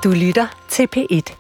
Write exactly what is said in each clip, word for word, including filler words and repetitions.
Du lytter til P et.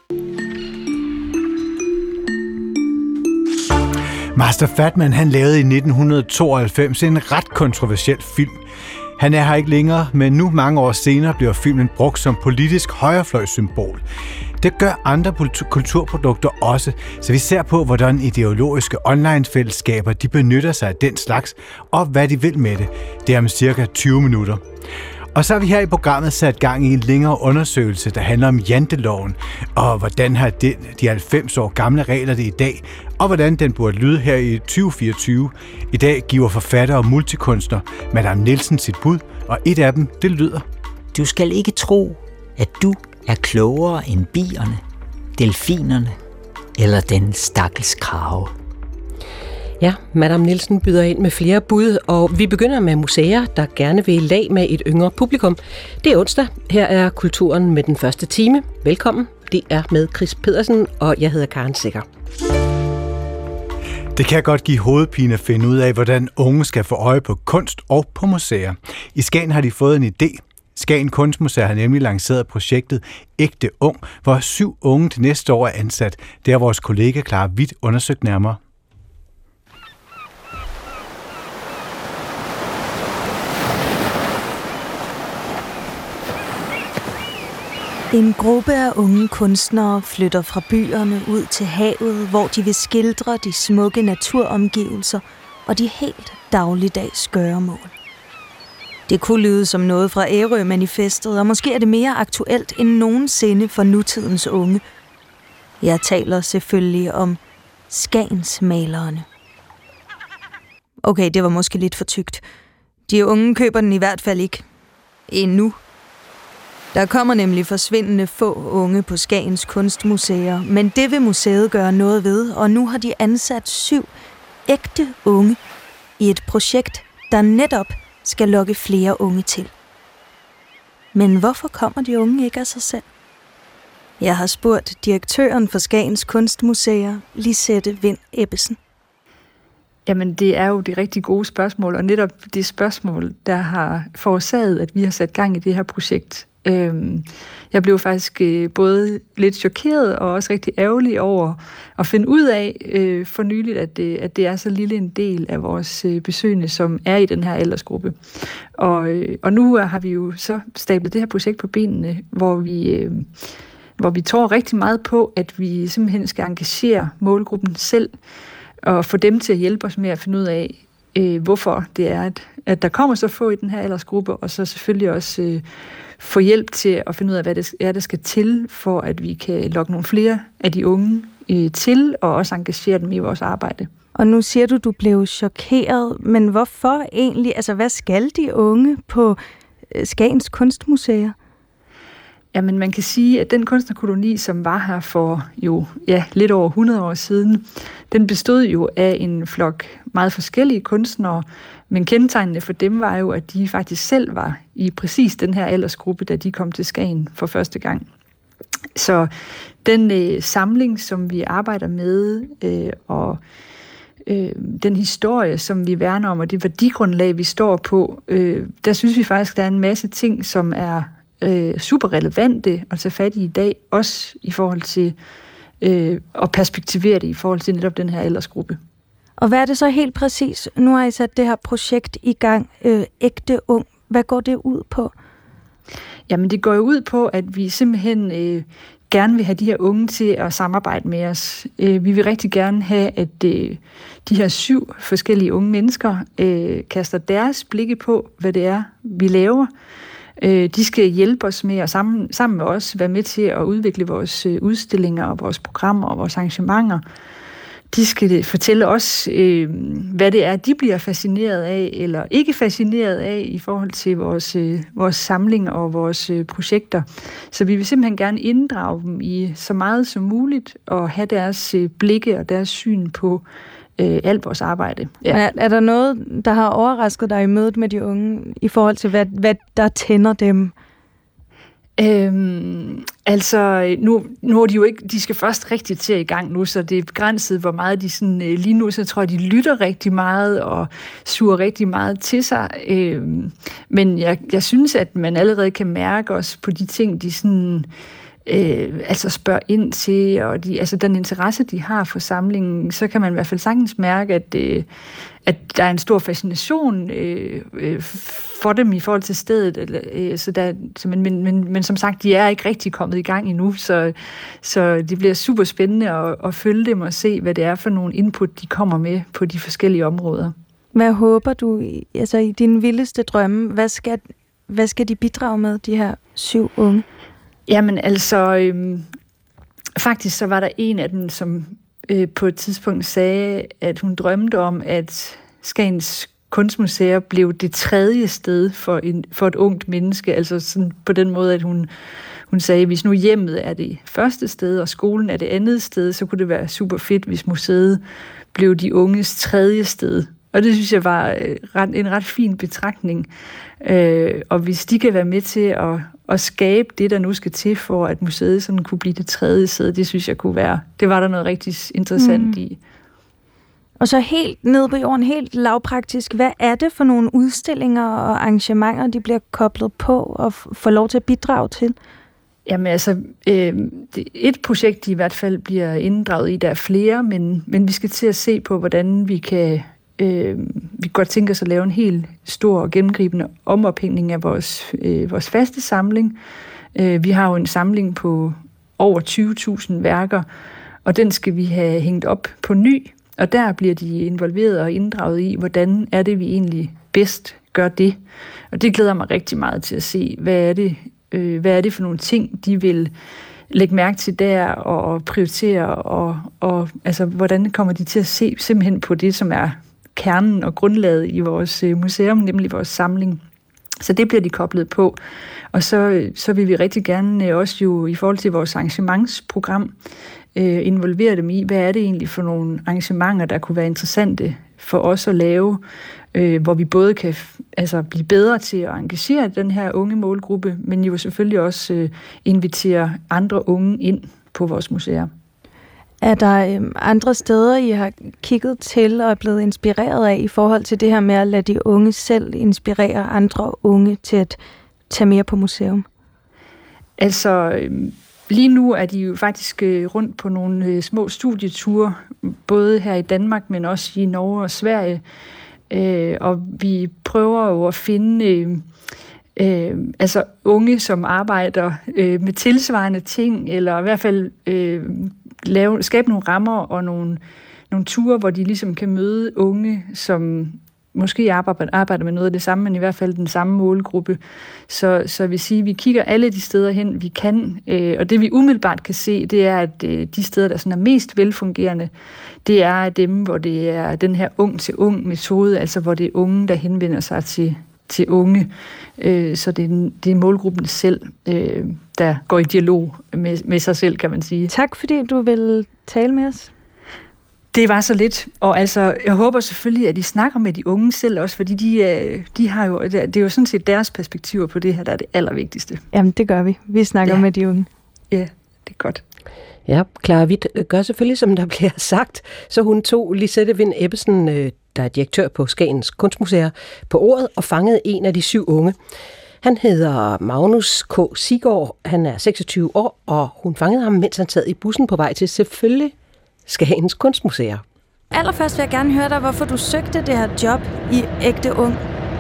Master Fatman, han lavede i nitten tooghalvfems en ret kontroversiel film. Han er her ikke længere, men nu mange år senere bliver filmen brugt som politisk højrefløjssymbol. Det gør andre kulturprodukter også, så vi ser på, hvordan ideologiske online-fællesskaber de benytter sig af den slags, og hvad de vil med det. Det er om cirka tyve minutter. Og så har vi her i programmet sat gang i en længere undersøgelse, der handler om janteloven, og hvordan har de, de halvfems år gamle regler det i dag, og hvordan den burde lyde her i tyve fireogtyve. I dag giver forfatter og multikunstner Madame Nielsen sit bud, og et af dem, det lyder: Du skal ikke tro, at du er klogere end bierne, delfinerne eller den stakkels krage. Ja, Madame Nielsen byder ind med flere bud, og vi begynder med museer, der gerne vil i lag med et yngre publikum. Det er onsdag. Her er Kulturen med den første time. Velkommen. Det er med Chris Pedersen, og jeg hedder Karen Sikker. Det kan godt give hovedpine at finde ud af, hvordan unge skal få øje på kunst og på museer. I Skagen har de fået en idé. Skagen Kunstmuseum har nemlig lanceret projektet Ægte Ung, hvor syv unge til næste år er ansat. Det har vores kollega Clara Hvidt undersøgt nærmere. En gruppe af unge kunstnere flytter fra byerne ud til havet, hvor de vil skildre de smukke naturomgivelser og de helt dagligdags gøremål. Det kunne lyde som noget fra Ærø-manifestet, og måske er det mere aktuelt end nogensinde for nutidens unge. Jeg taler selvfølgelig om Skagensmalerne. Okay, det var måske lidt for tykt. De unge køber den i hvert fald ikke. Endnu. Der kommer nemlig forsvindende få unge på Skagens kunstmuseer, men det vil museet gøre noget ved, og nu har de ansat syv ægte unge i et projekt, der netop skal lokke flere unge til. Men hvorfor kommer de unge ikke af sig selv? Jeg har spurgt direktøren for Skagens kunstmuseer, Lisette Vind Ebbesen. Jamen, det er jo det rigtig gode spørgsmål, og netop det spørgsmål, der har forårsaget, at vi har sat gang i det her projekt. Jeg blev faktisk både lidt chokeret og også rigtig ærgerlig over at finde ud af øh, for nyligt, at det, at det er så lille en del af vores besøgende, som er i den her aldersgruppe. Og, øh, og nu har vi jo så stablet det her projekt på benene, hvor vi, øh, hvor vi tror rigtig meget på, at vi simpelthen skal engagere målgruppen selv og få dem til at hjælpe os med at finde ud af, øh, hvorfor det er, at, at der kommer så få i den her aldersgruppe, og så selvfølgelig også øh, få hjælp til at finde ud af, hvad det er, der skal til, for at vi kan lokke nogle flere af de unge øh, til, og også engagere dem i vores arbejde. Og nu siger du, du blev chokeret, men hvorfor egentlig? Altså, hvad skal de unge på Skagens kunstmuseer? Jamen, man kan sige, at den kunstnerkoloni, som var her for jo ja, lidt over hundrede år siden, den bestod jo af en flok meget forskellige kunstnere, men kendetegnende for dem var jo, at de faktisk selv var i præcis den her aldersgruppe, da de kom til Skagen for første gang. Så den øh, samling, som vi arbejder med, øh, og øh, den historie, som vi værner om, og det værdigrundlag, vi står på, øh, der synes vi faktisk, der er en masse ting, som er øh, super relevante at tage fat i i dag, også i forhold til øh, at perspektivere det i forhold til netop den her aldersgruppe. Og hvad er det så helt præcis? Nu har I sat det her projekt i gang, øh, Ægte Ung. Hvad går det ud på? Jamen, det går jo ud på, at vi simpelthen øh, gerne vil have de her unge til at samarbejde med os. Øh, vi vil rigtig gerne have, at øh, de her syv forskellige unge mennesker øh, kaster deres blikke på, hvad det er, vi laver. Øh, de skal hjælpe os med, og sammen, sammen med os være med til at udvikle vores øh, udstillinger og vores programmer og vores arrangementer. De skal fortælle os, øh, hvad det er, de bliver fascineret af, eller ikke fascineret af, i forhold til vores, øh, vores samling og vores øh, projekter. Så vi vil simpelthen gerne inddrage dem i så meget som muligt, og have deres øh, blikke og deres syn på øh, alt vores arbejde. Ja. Er, er der noget, der har overrasket dig i mødet med de unge, i forhold til, hvad, hvad der tænder dem? Øhm, altså, nu, nu er de jo ikke, de skal først rigtig til i gang nu, så det er begrænset, hvor meget de sådan, øh, lige nu, så tror jeg, de lytter rigtig meget og suger rigtig meget til sig. Øhm, men jeg, jeg synes, at man allerede kan mærke også på de ting, de sådan, øh, altså spørger ind til, og de, altså den interesse, de har for samlingen, så kan man i hvert fald sagtens mærke, at, øh, at der er en stor fascination øh, øh, for dem i forhold til stedet. Eller, øh, så der, så, men, men, men, men som sagt, de er ikke rigtig kommet i gang endnu, så, så det bliver super spændende at, at følge dem og se, hvad det er for nogle input, de kommer med på de forskellige områder. Hvad håber du, altså i dine vildeste drømme, hvad skal, hvad skal de bidrage med, de her syv unge? Jamen altså, øhm, faktisk så var der en af dem, som øh, på et tidspunkt sagde, at hun drømte om, at Skagens Kunstmuseer blev det tredje sted for, en, for et ungt menneske. Altså sådan på den måde, at hun, hun sagde, at hvis nu hjemmet er det første sted, og skolen er det andet sted, så kunne det være super fedt, hvis museet blev de unges tredje sted. Og det synes jeg var en ret fin betragtning. Og hvis de kan være med til at, at skabe det, der nu skal til, for at museet sådan kunne blive det tredje sted, det synes jeg kunne være, det var der noget rigtig interessant mm. i. Og så helt nede på jorden, helt lavpraktisk, hvad er det for nogle udstillinger og arrangementer, de bliver koblet på og får lov til at bidrage til? Jamen altså, øh, det, et projekt, de i hvert fald bliver inddraget i, der er flere, men, men vi skal til at se på, hvordan vi kan, øh, vi kan godt tænke os at lave en helt stor og gennemgribende omophængning af vores, øh, vores faste samling. Øh, vi har jo en samling på over tyve tusind værker, og den skal vi have hængt op på ny. Og der bliver de involveret og inddraget i, hvordan er det, vi egentlig bedst gør det. Og det glæder mig rigtig meget til at se, hvad er det, øh, hvad er det for nogle ting, de vil lægge mærke til der og prioritere, og, og altså, hvordan kommer de til at se simpelthen på det, som er kernen og grundlaget i vores museum, nemlig vores samling. Så det bliver de koblet på. Og så, så vil vi rigtig gerne også jo i forhold til vores arrangementsprogram øh, involvere dem i, hvad er det egentlig for nogle arrangementer, der kunne være interessante for os at lave, øh, hvor vi både kan altså, blive bedre til at engagere den her unge målgruppe, men jo selvfølgelig også øh, invitere andre unge ind på vores museer. Er der øh, andre steder, I har kigget til og er blevet inspireret af i forhold til det her med at lade de unge selv inspirere andre unge til at tage mere på museum? Altså, øh, lige nu er de jo faktisk øh, rundt på nogle øh, små studieture, både her i Danmark, men også i Norge og Sverige. Øh, og vi prøver jo at finde øh, øh, altså unge, som arbejder øh, med tilsvarende ting, eller i hvert fald øh, lave, skabe nogle rammer og nogle, nogle ture, hvor de ligesom kan møde unge, som måske arbejder, arbejder med noget af det samme, men i hvert fald den samme målgruppe. Så, så jeg vil sige, at vi kigger alle de steder hen, vi kan, øh, og det vi umiddelbart kan se, det er, at øh, de steder, der sådan er mest velfungerende, det er dem, hvor det er den her ung-til-ung metode, altså hvor det er unge, der henvender sig til, til unge. Øh, så det er, det er målgruppen selv, øh, der går i dialog med, med sig selv, kan man sige. Tak fordi du vil tale med os. Det var så lidt, og altså, jeg håber selvfølgelig, at de snakker med de unge selv også, fordi de, de har jo, det er jo sådan set deres perspektiver på det her, der er det allervigtigste. Jamen, det gør vi. Vi snakker ja. med de unge. Ja, det er godt. Ja, Clara Hvidt gør selvfølgelig, som der bliver sagt, så hun tog Lisette Wind Ebbesen, der er direktør på Skagens Kunstmuseer, på ordet og fangede en af de syv unge. Han hedder Magnus K. Sigård, han er seksogtyve år, og hun fangede ham, mens han sad i bussen på vej til selvfølgelig Skagens Kunstmuseer. Allerførst vil jeg gerne høre dig, hvorfor du søgte det her job i Ægte Ung.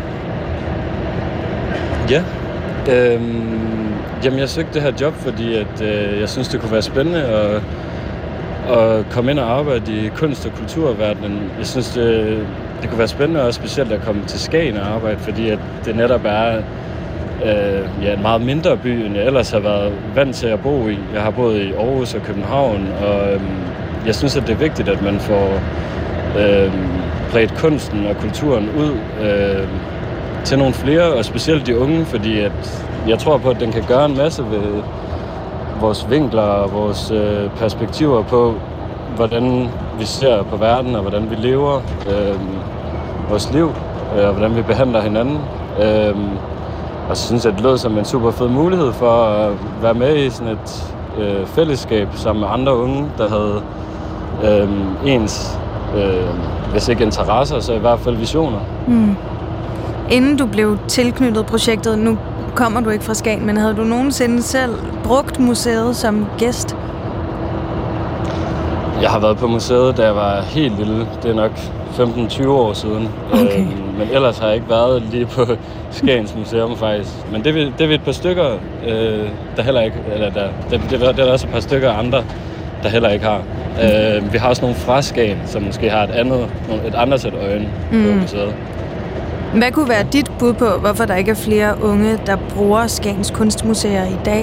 Ja, øhm, jamen jeg søgte det her job, fordi at, øh, jeg synes, det kunne være spændende at, at komme ind og arbejde i kunst- og kulturverdenen. Jeg synes, det, det kunne være spændende og specielt at komme til Skagen og arbejde, fordi at det netop er øh, ja, en meget mindre by, end jeg ellers har været vant til at bo i. Jeg har boet i Aarhus og København, og øhm, jeg synes, at det er vigtigt, at man får øh, bredt kunsten og kulturen ud øh, til nogle flere, og specielt de unge, fordi at jeg tror på, at den kan gøre en masse ved vores vinkler og vores øh, perspektiver på, hvordan vi ser på verden, og hvordan vi lever øh, vores liv, øh, og hvordan vi behandler hinanden. Øh, og så synes jeg, det lød som en super fed mulighed for at være med i sådan et øh, fællesskab sammen med andre unge, der havde øh, ens, øh, hvis ikke interesser, så i hvert fald visioner. Mm. Inden du blev tilknyttet projektet, nu kommer du ikke fra Skagen, men havde du nogensinde selv brugt museet som gæst? Jeg har været på museet, da jeg var helt lille. Det er nok femten til tyve år siden. Okay. Øhm, men ellers har jeg ikke været lige på Skagens Museum faktisk. Men det er, det er vi et par stykker, øh, der heller ikke... Eller der, det, det, det er også et par stykker andre, der heller ikke har. Mm. Øh, vi har også nogle fra Skagen, som måske har et andet, et andet sæt øjne mm. på museet. Hvad kunne være dit bud på, hvorfor der ikke er flere unge, der bruger Skagens kunstmuseer i dag?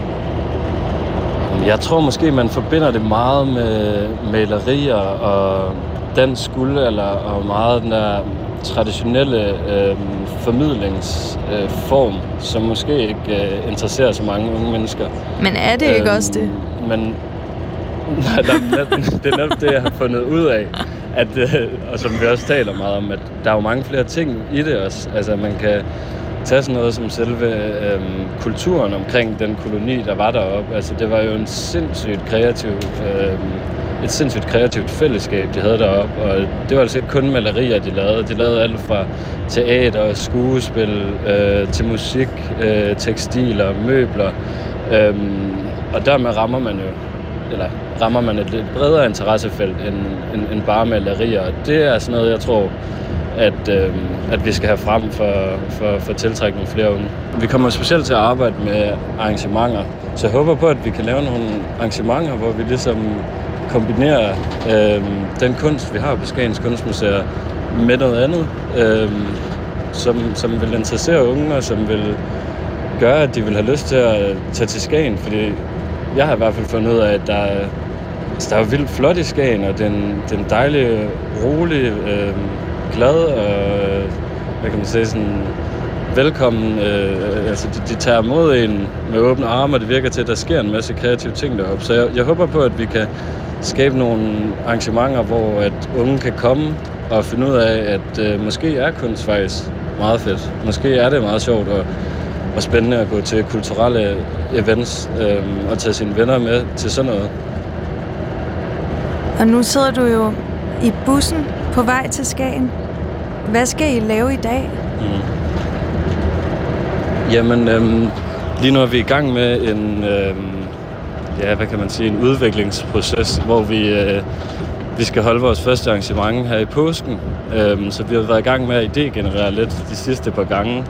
Jeg tror måske, man forbinder det meget med malerier og dansk guldalder og meget den der traditionelle øh, formidlingsform, øh, som måske ikke øh, interesserer så mange unge mennesker. Men er det ikke øh, også det? Men det er netop det, jeg har fundet ud af. At, øh, og som vi også taler meget om, at der er jo mange flere ting i det også. Altså man kan tage sådan noget som selve øh, kulturen omkring den koloni, der var deroppe. Altså det var jo en sindssygt kreativ, øh, et sindssygt kreativt fællesskab, de havde deroppe. Og det var altså ikke kun malerier, de lavede. De lavede alt fra teater, skuespil, øh, til musik, øh, tekstiler, møbler. Øh, og dermed rammer man jo eller rammer man et lidt bredere interessefelt end, end, end bare malerier. Og det er sådan noget, jeg tror, at, øh, at vi skal have frem for, for, for at tiltrække nogle flere unge. Vi kommer specielt til at arbejde med arrangementer, så jeg håber på, at vi kan lave nogle arrangementer, hvor vi ligesom kombinerer øh, den kunst, vi har på Skagens Kunstmuseer, med noget andet, øh, som, som vil interessere unge, og som vil gøre, at de vil have lyst til at tage til Skagen, fordi jeg har i hvert fald fundet ud af, at der er, der er vildt flot i Skagen, og den, den dejlige, rolig, øh, glad og, hvad kan man sige, sådan velkommen. Øh, altså, de, de tager mod en med åbne arme, og det virker til, at der sker en masse kreative ting deroppe. Så jeg, jeg håber på, at vi kan skabe nogle arrangementer, hvor at unge kan komme og finde ud af, at øh, måske er kunst faktisk meget fedt. Måske er det meget sjovt og og spændende at gå til kulturelle events øh, og tage sine venner med til sådan noget. Og nu sidder du jo i bussen på vej til Skagen. Hvad skal I lave i dag? Mm. Jamen, øh, lige nu er vi i gang med en, øh, ja, hvad kan man sige, en udviklingsproces, hvor vi, øh, vi skal holde vores første arrangement her i påsken. Øh, så vi har været i gang med at idégenerere lidt de sidste par gange.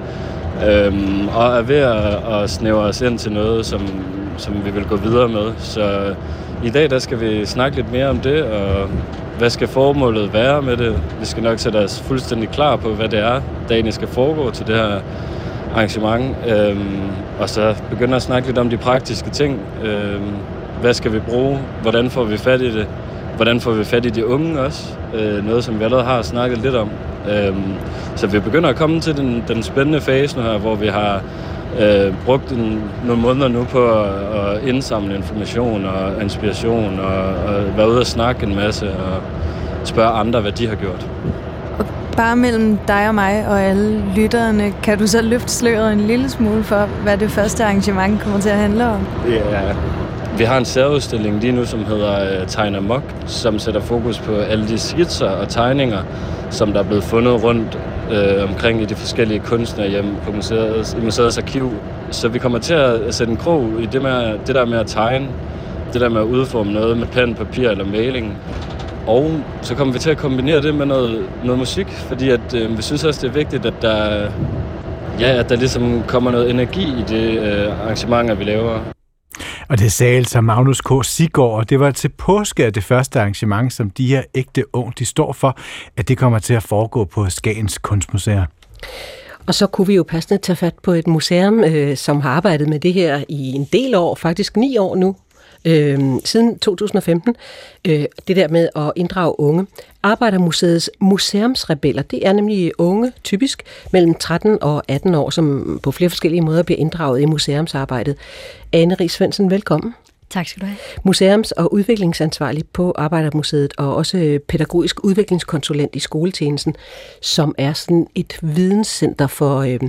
Øhm, og er ved at, at snævre os ind til noget, som, som vi vil gå videre med. Så i dag der skal vi snakke lidt mere om det, og hvad skal formålet være med det. Vi skal nok sætte os fuldstændig klar på, hvad det er, dagen skal foregå til det her arrangement. Øhm, og så begynde at snakke lidt om de praktiske ting. Øhm, hvad skal vi bruge? Hvordan får vi fat i det? Hvordan får vi fat i de unge også? Øh, noget, som vi allerede har snakket lidt om. Øhm, så vi begynder at komme til den, den spændende fase nu her, hvor vi har øh, brugt en, nogle måneder nu på at, at indsamle information og inspiration og, og være ude og snakke en masse og spørge andre, hvad de har gjort. Og bare mellem dig og mig og alle lytterne, kan du så løfte sløret en lille smule for, hvad det første arrangement kommer til at handle om? Ja, vi har en særudstilling lige nu, som hedder Tegn Amok, som sætter fokus på alle de skitser og tegninger, som der er blevet fundet rundt øh, omkring i de forskellige kunstnerhjem på museet, i museets arkiv. Så vi kommer til at sætte en krog i det, med, det der med at tegne, det der med at udforme noget med pen, papir eller maling. Og så kommer vi til at kombinere det med noget, noget musik, fordi at, øh, vi synes også, det er vigtigt, at der, ja, at der ligesom kommer noget energi i de øh, arrangementer, vi laver. Og det sagde altså Magnus K. Siggaard, og det var til påske af det første arrangement, som de her ægte ung, de står for, at det kommer til at foregå på Skagens Kunstmuseer. Og så kunne vi jo passende tage fat på et museum, øh, som har arbejdet med det her i en del år, faktisk ni år nu. Øh, siden to tusind og femten, øh, det der med at inddrage unge. Arbejdermuseets museumsrebeller, det er nemlig unge, typisk mellem tretten og atten år, som på flere forskellige måder bliver inddraget i museumsarbejdet. Ane Riis Svendsen, velkommen. Tak skal du have. Museums- og udviklingsansvarlig på Arbejdermuseet, og også pædagogisk udviklingskonsulent i skoletjenesten, som er sådan et videnscenter for, øh,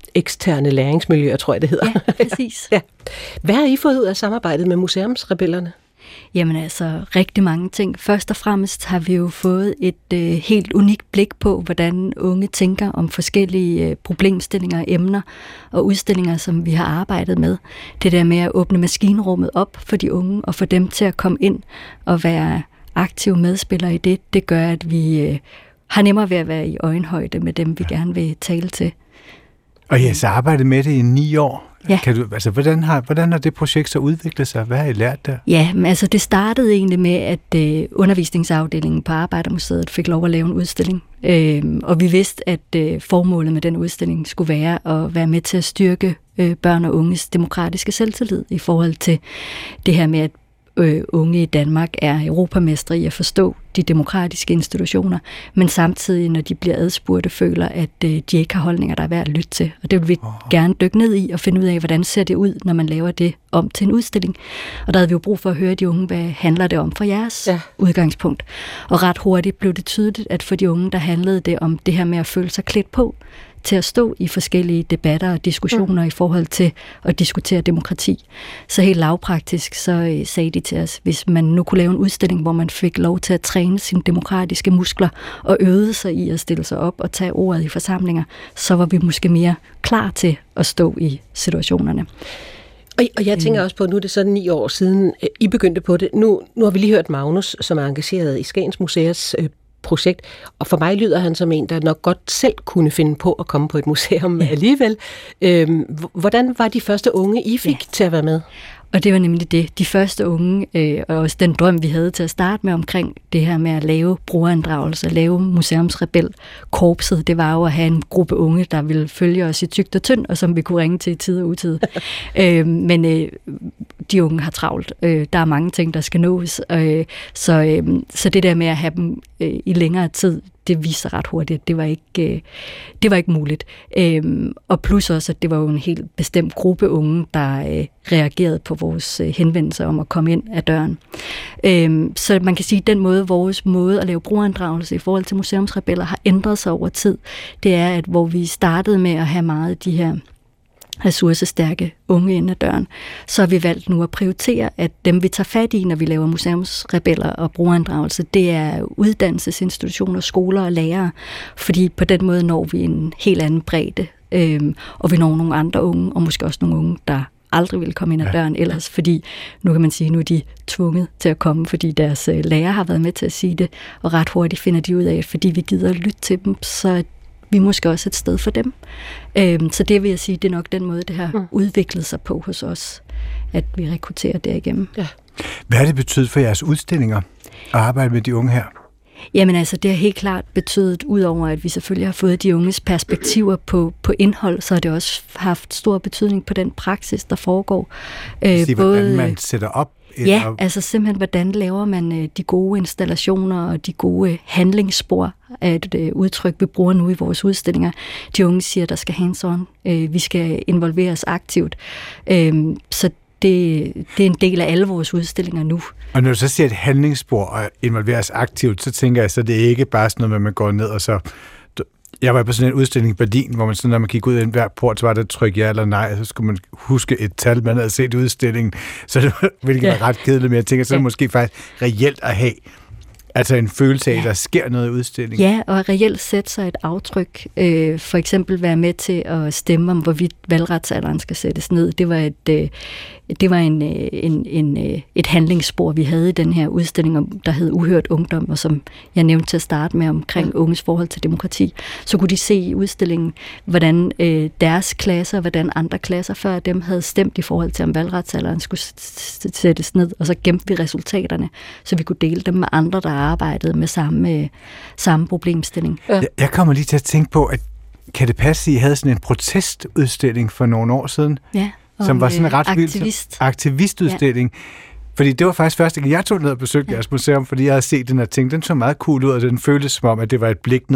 eksterne læringsmiljøer, tror jeg, det hedder. Ja, præcis. Ja. Hvad har I fået ud af samarbejdet med Museumsrebellerne? Jamen altså, rigtig mange ting. Først og fremmest har vi jo fået et øh, helt unikt blik på, hvordan unge tænker om forskellige øh, problemstillinger, emner og udstillinger, som vi har arbejdet med. Det der med at åbne maskinrummet op for de unge og få dem til at komme ind og være aktive medspillere i det, det gør, at vi øh, har nemmere ved at være i øjenhøjde med dem, vi gerne vil tale til. Og I har så arbejdet med det i ni år. Ja. Kan du, altså, hvordan, har, hvordan har det projekt så udviklet sig? Hvad har I lært der? Ja, men altså det startede egentlig med, at øh, undervisningsafdelingen på Arbejdermuseet fik lov at lave en udstilling. Øh, og vi vidste, at øh, formålet med den udstilling skulle være at være med til at styrke øh, børn og unges demokratiske selvtillid i forhold til det her med, at øh, unge i Danmark er europamestre i at forstå de demokratiske institutioner, men samtidig, når de bliver adspurgte, føler, at øh, de ikke har holdninger, der er værd at lytte til. Og det vil vi oh. gerne dykke ned i og finde ud af, hvordan ser det ud, når man laver det om til en udstilling. Og der havde vi jo brug for at høre de unge, hvad handler det om fra jeres ja. udgangspunkt. Og ret hurtigt blev det tydeligt, at for de unge, der handlede det om det her med at føle sig klædt på, til at stå i forskellige debatter og diskussioner mm. i forhold til at diskutere demokrati. Så helt lavpraktisk, så øh, sagde de til os, hvis man nu kunne lave en udstilling, hvor man fik lov til at træne sine demokratiske muskler og øvede sig i at stille sig op og tage ordet i forsamlinger, så var vi måske mere klar til at stå i situationerne. Og, og jeg tænker også på, at nu er det så ni år siden, I begyndte på det. Nu, nu har vi lige hørt Magnus, som er engageret i Skagens Museers øh, projekt, og for mig lyder han som en, der nok godt selv kunne finde på at komme på et museum ja. alligevel. Øhm, hvordan var de første unge, I fik ja. til at være med? Og det var nemlig det. De første unge, øh, og også den drøm, vi havde til at starte med omkring det her med at lave brugerinddragelse, at lave museumsrebel-korpset, det var jo at have en gruppe unge, der ville følge os i tygt og tynd, og som vi kunne ringe til i tid og utid. øh, men øh, de unge har travlt. Øh, der er mange ting, der skal nås. Øh, så, øh, så det der med at have dem øh, i længere tid, det viser ret hurtigt, at det var ikke, øh, det var ikke muligt. Øhm, og plus også, at det var jo en helt bestemt gruppe unge, der øh, reagerede på vores øh, henvendelser om at komme ind ad døren. Øhm, så man kan sige, at den måde, vores måde at lave brugerinddragelse i forhold til museumsrebeller har ændret sig over tid. Det er, at hvor vi startede med at have meget af de her ressourcestærke unge ind ad døren, så har vi valgt nu at prioritere, at dem vi tager fat i, når vi laver museumsrebeller og brugerinddragelse, det er uddannelsesinstitutioner, skoler og lærere, fordi på den måde når vi en helt anden bredde, øhm, og vi når nogle andre unge, og måske også nogle unge, der aldrig vil komme ind ad døren ellers, fordi nu kan man sige, nu er de tvunget til at komme, fordi deres øh, lærer har været med til at sige det, og ret hurtigt finder de ud af, at fordi vi gider at lytte til dem, så vi er måske også et sted for dem. Øhm, så det vil jeg sige, det er nok den måde, det har mm. udviklet sig på hos os, at vi rekrutterer derigennem. Ja. Hvad har det betydet for jeres udstillinger at arbejde med de unge her? Jamen altså, det har helt klart betydet, udover at vi selvfølgelig har fået de unges perspektiver på, på indhold, så har det også haft stor betydning på den praksis, der foregår. Øh, Sige, både, hvordan man sætter op? Ja, op. altså simpelthen, hvordan laver man øh, de gode installationer og de gode øh, handlingsspor, er et øh, udtryk, vi bruger nu i vores udstillinger. De unge siger, der skal hands-on. Øh, vi skal involveres aktivt. Øh, så det, det er en del af alle vores udstillinger nu. Og når du så siger et handlingsspor og involveres aktivt, så tænker jeg, så det er ikke bare sådan noget, at man går ned og så... Jeg var på sådan en udstilling i Berlin, hvor man sådan, når man gik ud af en hver port, så var der et tryk ja eller nej, og så skulle man huske et tal, man havde set i udstillingen, så det var, hvilket ja. var ret kedeligt, men jeg tænker, så er det måske faktisk reelt at have altså en følelse af, at ja. der sker noget i udstillingen. Ja, og reelt sætte sig et aftryk. Øh, for eksempel være med til at stemme om, hvorvidt valgretsalderen skal sættes ned. Det var et, øh, det var en, en, en, et handlingsspor, vi havde i den her udstilling, der hed Uhørt Ungdom, og som jeg nævnte til at starte med omkring ja. unges forhold til demokrati. Så kunne de se i udstillingen, hvordan øh, deres klasser, hvordan andre klasser før dem havde stemt i forhold til, om valgretsalderen skulle sættes ned, og så gemte vi resultaterne, så vi kunne dele dem med andre, der arbejdede med samme, samme problemstilling. Ja. Jeg kommer lige til at tænke på, at kan det passe, at I havde sådan en protestudstilling for nogle år siden? Ja. Som var sådan en ret aktivist. aktivistudstilling. Ja. Fordi det var faktisk første gang, jeg tog ned og besøgte ja. jeres museum, fordi jeg havde set den her ting. Den så meget cool ud, og den føltes som om, at det var et blik ned i,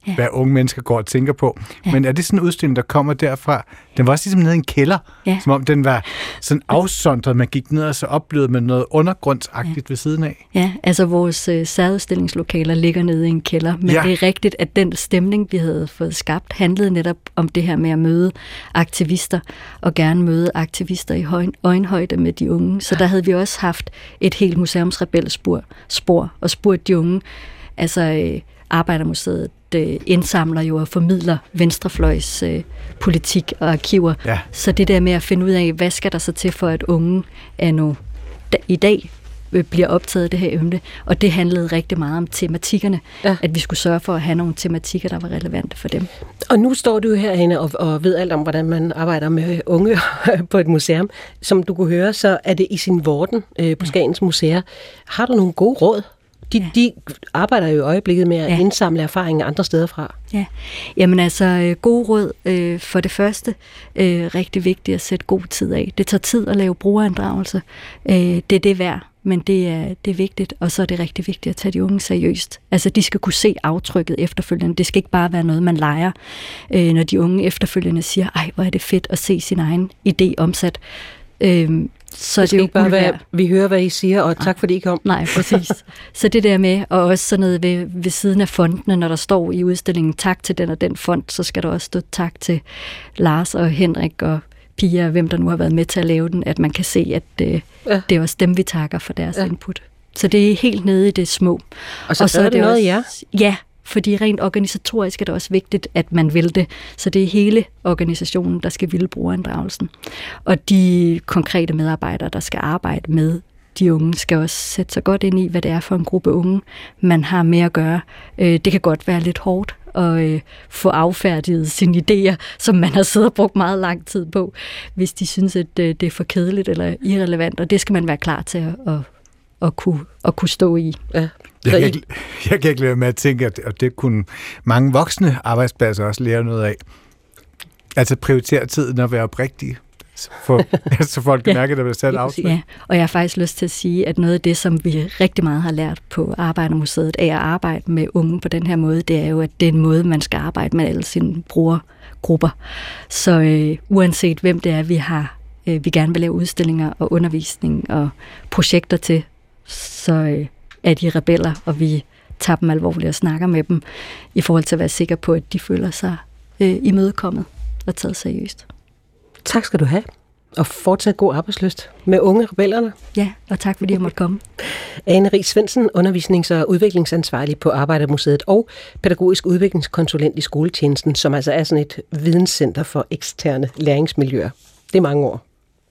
ja. hvad unge mennesker går og tænker på. Ja. Men er det sådan en udstilling, der kommer derfra? Den var også ligesom nede i en kælder, ja. som om den var sådan afsondret. Man gik ned og så oplevede med noget undergrundsagtigt ja. ved siden af. Ja, altså vores øh, særudstillingslokaler ligger nede i en kælder, men ja. det er rigtigt, at den stemning, vi havde fået skabt, handlede netop om det her med at møde aktivister, og gerne møde aktivister i øjenhøjde med de unge. Så der havde vi også haft et helt museumsrebelspor spor, og spurgt de unge, altså øh, Arbejdermuseet øh, indsamler jo og formidler venstrefløjs øh, politik og arkiver. Ja. Så det der med at finde ud af, hvad skal der så til for, at unge er nu da, i dag øh, bliver optaget af det her emne. Og det handlede rigtig meget om tematikkerne. Ja. At vi skulle sørge for at have nogle tematikker, der var relevante for dem. Og nu står du herinde og, og ved alt om, hvordan man arbejder med unge på et museum. Som du kunne høre, så er det i sin vorden øh, på Skagens Museer. Har du nogle gode råd? De, ja. de arbejder jo i øjeblikket med at ja. indsamle erfaringer andre steder fra. Ja, jamen altså gode råd. Øh, for det første, øh, rigtig vigtigt at sætte god tid af. Det tager tid at lave brugerinddragelse. Øh, det er det værd, men det er, det er vigtigt. Og så er det rigtig vigtigt at tage de unge seriøst. Altså de skal kunne se aftrykket efterfølgende. Det skal ikke bare være noget, man leger. Øh, når de unge efterfølgende siger, ej hvor er det fedt at se sin egen idé omsat. Øh, Så det, det er jo ikke bare, hvad, vi hører, hvad I siger, og tak, fordi I kom. Nej, præcis. Så det der med, og også sådan noget ved, ved siden af fondene, når der står i udstillingen, tak til den og den fond, så skal der også stå tak til Lars og Henrik og Pia, hvem der nu har været med til at lave den, at man kan se, at øh, ja. det er også dem, vi takker for deres ja. input. Så det er helt nede i det små. Og så, og så er det noget, også, ja? Ja, fordi rent organisatorisk er det også vigtigt, at man vil det. Så det er hele organisationen, der skal ville brugerinddragelsen. Og de konkrete medarbejdere, der skal arbejde med de unge, skal også sætte sig godt ind i, hvad det er for en gruppe unge, man har med at gøre. Det kan godt være lidt hårdt at få affærdiget sine idéer, som man har siddet og brugt meget lang tid på, hvis de synes, at det er for kedeligt eller irrelevant. Og det skal man være klar til at, at, at, kunne, at kunne stå i. Ja. Jeg kan, ikke, jeg kan ikke lade med at tænke, at det kunne mange voksne arbejdspladser også lære noget af. Altså prioritere tiden og være oprigtige, for, så folk kan ja, mærke, at der bliver sat aftryk. Ja, og jeg har faktisk lyst til at sige, at noget af det, som vi rigtig meget har lært på Arbejdermuseet af at arbejde med unge på den her måde, det er jo, at det er en måde, man skal arbejde med alle sine brugergrupper. Så øh, uanset hvem det er, vi har, øh, vi gerne vil lave udstillinger og undervisning og projekter til, så øh, er de rebeller, og vi tager dem alvorligt og snakker med dem, i forhold til at være sikker på, at de føler sig øh, imødekommet og taget seriøst. Tak skal du have, og fortsat god arbejdslyst med unge rebellerne. Ja, og tak fordi jeg måtte komme. Ane Ries Svendsen, undervisnings- og udviklingsansvarlig på Arbejdermuseet og pædagogisk udviklingskonsulent i skoletjenesten, som altså er sådan et videnscenter for eksterne læringsmiljøer. Det er mange år.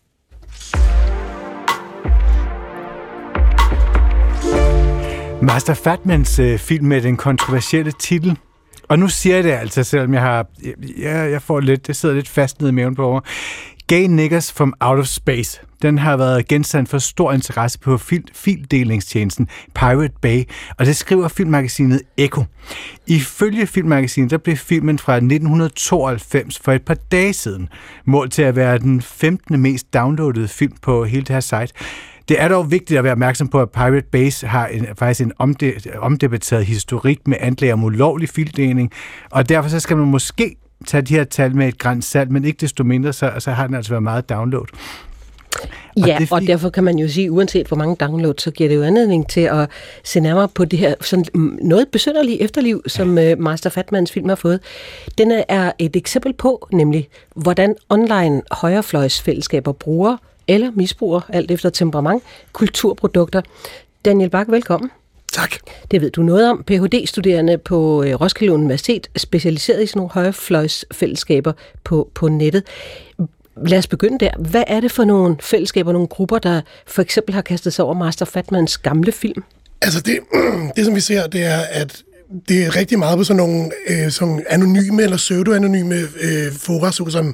Master Fatmans øh, film med den kontroversielle titel. Og nu siger jeg det altså, selvom jeg har, jeg, jeg får lidt, det sidder lidt fast nede i maven på over. Gay Niggers from Out of Space. Den har været genstand for stor interesse på fil, fildelingstjenesten Pirate Bay, og det skriver filmmagasinet Echo. Ifølge filmmagasinet, der blev filmen fra nitten tooghalvfems for et par dage siden målt til at være den femtende mest downloadede film på hele det her site. Det er dog vigtigt at være opmærksom på, at Pirate Bay har en, faktisk en omde, omdebatteret historik med anklager om ulovlig fildeling, og derfor så skal man måske tage de her tal med et gran salt, men ikke desto mindre, så, så har den altså været meget download. Og ja, og derfor kan man jo sige, uanset hvor mange downloads, så giver det jo anledning til at se nærmere på det her sådan noget besynderlige efterliv, som ja. Master Fatmans film har fået. Den er et eksempel på, nemlig hvordan online højrefløjsfællesskaber bruger eller misbruger, alt efter temperament, kulturprodukter. Daniel Bak, velkommen. Tak. Det ved du noget om. P H D-studerende på Roskilde Universitet, specialiseret i sådan nogle højrefløjsfællesskaber på, på nettet. Lad os begynde der. Hvad er det for nogle fællesskaber, nogle grupper, der for eksempel har kastet sig over Master Fatmans gamle film? Altså det, det som vi ser, det er, at det er rigtig meget på sådan nogle øh, som anonyme eller pseudo-anonyme øh, fora, som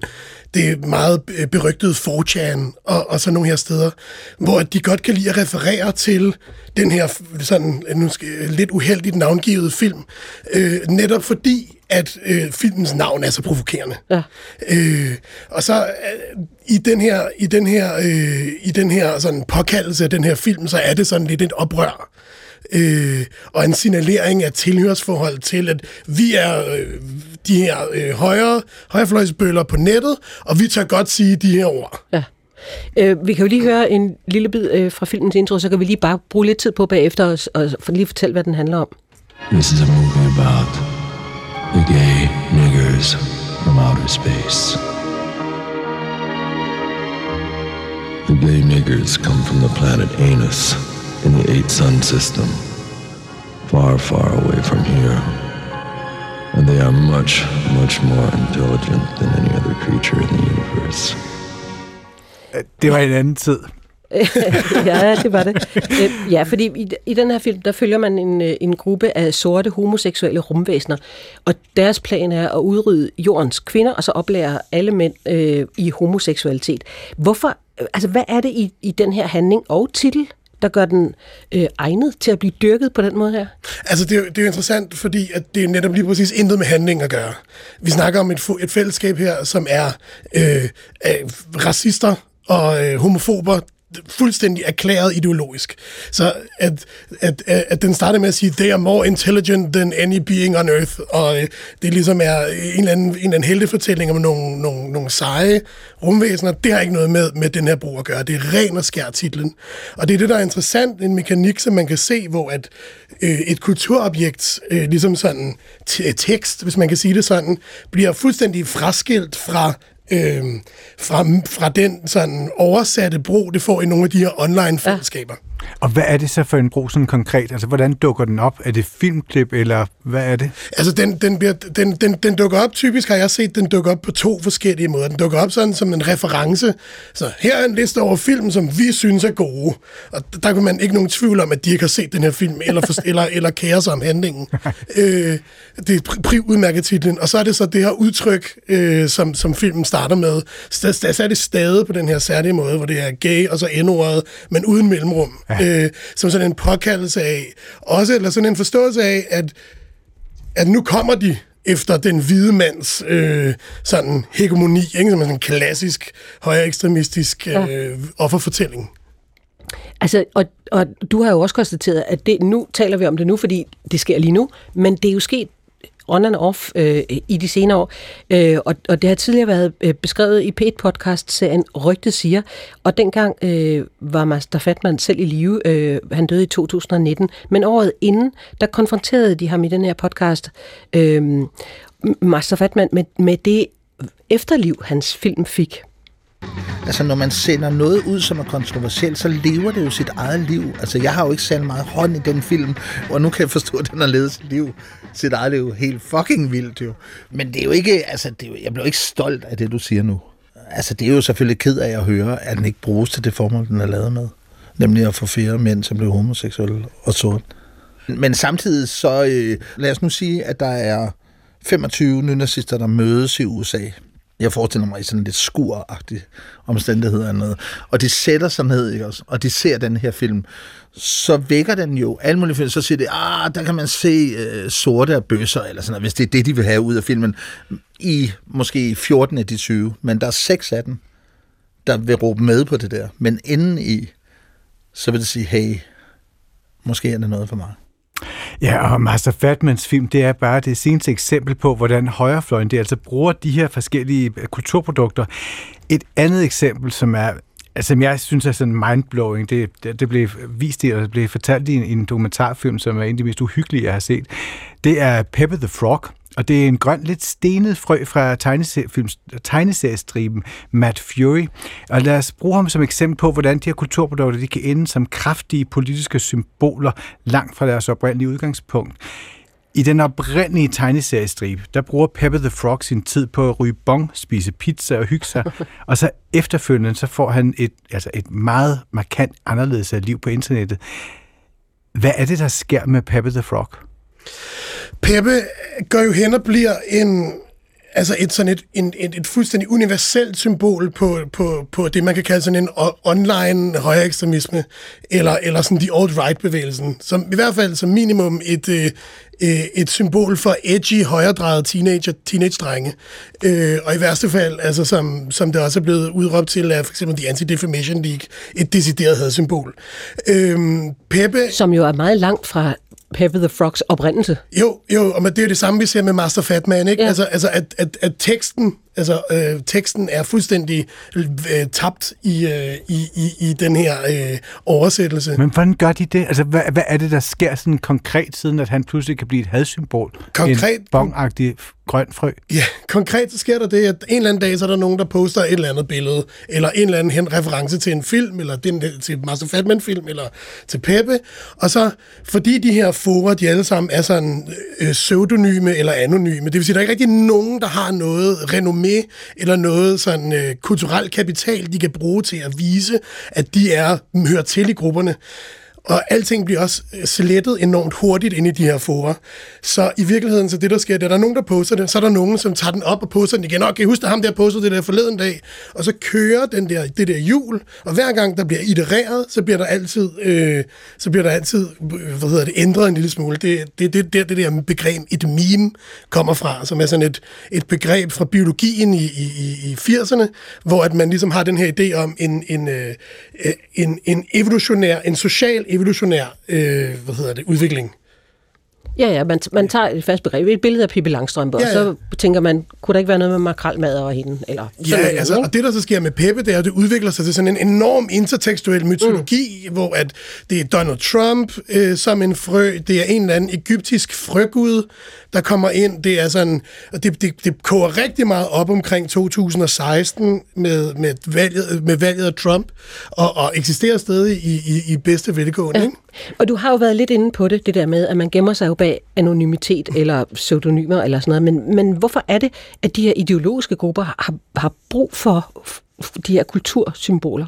det meget berygtede four chan og, og sådan nogle her steder, hvor de godt kan lide at referere til den her sådan nu skal, lidt uheldigt navngivet film, øh, netop fordi at øh, filmens navn er så provokerende. Ja. Øh, og så øh, i den her i den her øh, i den her sådan påkaldelse af den her film, så er det sådan lidt et oprør. Øh, og en signalering af tilhørsforhold til, at vi er øh, de her øh, højre, højrefløjsbøller på nettet, og vi tør godt sige de her ord. Ja. Øh, vi kan jo lige høre en lille bid øh, fra filmens intro, så kan vi lige bare bruge lidt tid på bagefter og, og for lige fortælle, hvad den handler om. This is a movie about the gay niggers from outer space. The gay niggers come from the planet Anus in the eight sun system, far, far away from here. And they are much, much more intelligent than any other creature in the universe. Det var en anden tid. Ja, det var det. Ja, fordi i, i den her film, der følger man en, en gruppe af sorte homoseksuelle rumvæsener, og deres plan er at udrydde jordens kvinder, og så oplære alle mænd øh, i homoseksualitet. Hvorfor, altså hvad er det i, i den her handling og titel, der gør den øh, egnet til at blive dyrket på den måde her? Altså, det er, det er jo interessant, fordi at det er netop lige præcis intet med handling at gøre. Vi snakker om et, et fællesskab her, som er øh, øh, racister og øh, homofober, fuldstændig erklæret ideologisk. Så at, at, at, at den starter med at sige, they are more intelligent than any being on earth, og øh, det ligesom er en eller anden, en eller anden heltefortælling om nogle, nogle, nogle seje rumvæsener, det har ikke noget med, med den her brug at gøre. Det er ren og skær titlen. Og det er det, der er interessant, en mekanik, som man kan se, hvor at øh, et kulturobjekt, øh, ligesom sådan t- tekst, hvis man kan sige det sådan, bliver fuldstændig fraskilt fra Øh, fra, fra den sådan oversatte brug, det får i nogle af de her online-fællesskaber. Ja. Og hvad er det så for en brug sådan konkret? Altså, hvordan dukker den op? Er det filmklip, eller hvad er det? Altså, den, den, bliver, den, den, den dukker op, typisk har jeg set, den dukker op på to forskellige måder. Den dukker op sådan som en reference. Så her er en liste over film, som vi synes er gode. Og der kan man ikke nogen tvivl om, at de ikke har set den her film, eller, for, eller, eller kære sig om handlingen. øh, det er pri udmærket titlen. Og så er det så det her udtryk, øh, som, som filmen starter med. Så, så er det stadig på den her særlige måde, hvor det er gay, og så n-ordet, men uden mellemrum. Ja. Øh, som sådan en påkaldelse af, også, eller sådan en forståelse af, at, at nu kommer de efter den hvide mands øh, sådan hegemoni, ikke? Som en klassisk højre ekstremistisk øh, ja. offerfortælling. Altså, og, og du har jo også konstateret, at det, nu taler vi om det nu, fordi det sker lige nu, men det er jo sket on and off øh, i de senere år, øh, og, og det har tidligere været øh, beskrevet i P et podcast-serien Rygtet siger, og dengang øh, var Master Fatman selv i live, øh, han døde i to tusind nitten, men året inden, der konfronterede de ham i den her podcast, øh, Master Fatman, med, med det efterliv, hans film fik. Altså, når man sender noget ud, som er kontroversielt, så lever det jo sit eget liv. Altså, jeg har jo ikke særlig meget hånd i den film, og nu kan jeg forstå, at den har levet sit liv, sit eget liv helt fucking vildt jo. Men det er jo ikke, altså, det er jo, jeg bliver ikke stolt af det, du siger nu. Altså, det er jo selvfølgelig ked af at høre, at den ikke bruges til det formål, den er lavet med. Nemlig at få flere mænd, som bliver homoseksuelle og sort. Men samtidig så, øh, lad os nu sige, at der er femogtyve nynazister, der mødes i U S A. Jeg forestiller mig i sådan lidt skuragtige omstændigheder eller noget. Og de sætter sig ned, ikke også? Og de ser den her film. Så vækker den jo alle mulige film. Så siger de, ah, der kan man se øh, sorte af bøsser, eller sådan noget, hvis det er det, de vil have ud af filmen. I måske fjorten af de tyve. Men der er seks af dem, der vil råbe med på det der. Men inden i, så vil det sige, hey, måske er det noget for mig. Ja, og Master Fatmans film, det er bare det seneste eksempel på, hvordan højrefløjen det altså bruger de her forskellige kulturprodukter. Et andet eksempel, som er, altså jeg synes er sådan mindblowing, det, det, det blev vist i, og det blev fortalt i en, en dokumentarfilm, som er en af de mest uhyggelige, jeg har set. Det er Pepe the Frog, og det er en grøn, lidt stenet frø fra tegneseriestriben Matt Fury. Og lad os bruge ham som eksempel på, hvordan de her kulturprodukter de kan ende som kraftige politiske symboler langt fra deres oprindelige udgangspunkt. I den oprindelige tegneseriestribe, der bruger Pepe the Frog sin tid på at ryge bong, spise pizza og hygge sig, og så efterfølgende så får han et, altså et meget markant anderledes liv på internettet. Hvad er det, der sker med Pepe the Frog? Pepe går jo hen og bliver en, altså et sådan et, en, et, et fuldstændig universelt symbol på, på, på det, man kan kalde sådan en online højre ekstremisme, eller, eller sådan de alt-right-bevægelsen, som i hvert fald som minimum et, øh, et symbol for edgy, højredrejede teenager, teenage-drenge. Øh, og i værste fald, altså som, som det også er blevet udråbt til, er for eksempel The Anti-Defamation League, et decideret hadsymbol. Øh, Pepe... Som jo er meget langt fra Pepe the Frogs oprindelse. Jo, jo, og det er jo det samme, vi ser med Master Fat Man, ikke? Ja. Altså, altså at, at, at teksten, altså, øh, teksten er fuldstændig øh, tabt i, øh, i, i, i den her øh, oversættelse. Men hvordan gør de det? Altså, hvad, hvad er det, der sker sådan konkret, siden at han pludselig kan blive et hadsymbol? Konkret? En bongagtig grøn frø? Ja, konkret så sker der det, at en eller anden dag, så er der nogen, der poster et eller andet billede, eller en eller anden hen reference til en film, eller den, til Master Fat Man-film, eller til Pepe, og så, fordi de her fora, de alle sammen er sådan øh, pseudonyme eller anonyme, det vil sige, der er ikke rigtig nogen, der har noget renommé, eller noget sådan øh, kulturel kapital, de kan bruge til at vise, at de er hører til i grupperne. Og alting bliver også slettet enormt hurtigt ind i de her fora. Så i virkeligheden, så det der sker, det er der nogen, der poster det, så er der nogen, som tager den op og poster den igen. Okay, husk, at ham der postede det der forleden dag. Og så kører den der, det der hjul, og hver gang der bliver itereret, så bliver der altid, øh, så bliver der altid hvad hedder det, ændret en lille smule. Det er det, det, det, det der begreb, et meme, kommer fra, som er sådan et, et begreb fra biologien i, i, i firserne, hvor at man ligesom har den her idé om en, en, øh, en, en evolutionær, en social evolutionær øh, hvad hedder det, udvikling. Ja, ja, man, man tager et fast begreb, et billede af Pippi Langstrømpe, ja, ja. Og så tænker man, kunne der ikke være noget med makrelmad og hende? Eller ja, noget, altså, og det der så sker med Pepe, det er, at det udvikler sig til sådan en enorm intertekstuel mytologi, mm. hvor at det er Donald Trump øh, som en frø, det er en eller anden egyptisk frøgud, der kommer ind, det er sådan, og det, det, det koger rigtig meget op omkring to tusind og seksten med, med, valget, med valget af Trump, og, og eksisterer stadig i, i, i bedste velgående. Ja. Og du har jo været lidt inde på det, det der med, at man gemmer sig jo bag anonymitet eller pseudonymer eller sådan noget, men, men hvorfor er det, at de her ideologiske grupper har, har brug for de her kultursymboler?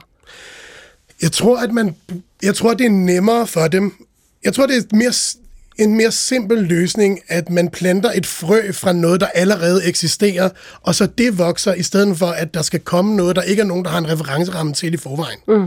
Jeg tror, at man, jeg tror, det er nemmere for dem. Jeg tror, det er mere en mere simpel løsning, at man planter et frø fra noget, der allerede eksisterer, og så det vokser, i stedet for, at der skal komme noget, der ikke er nogen, der har en referenceramme til i forvejen. Mm.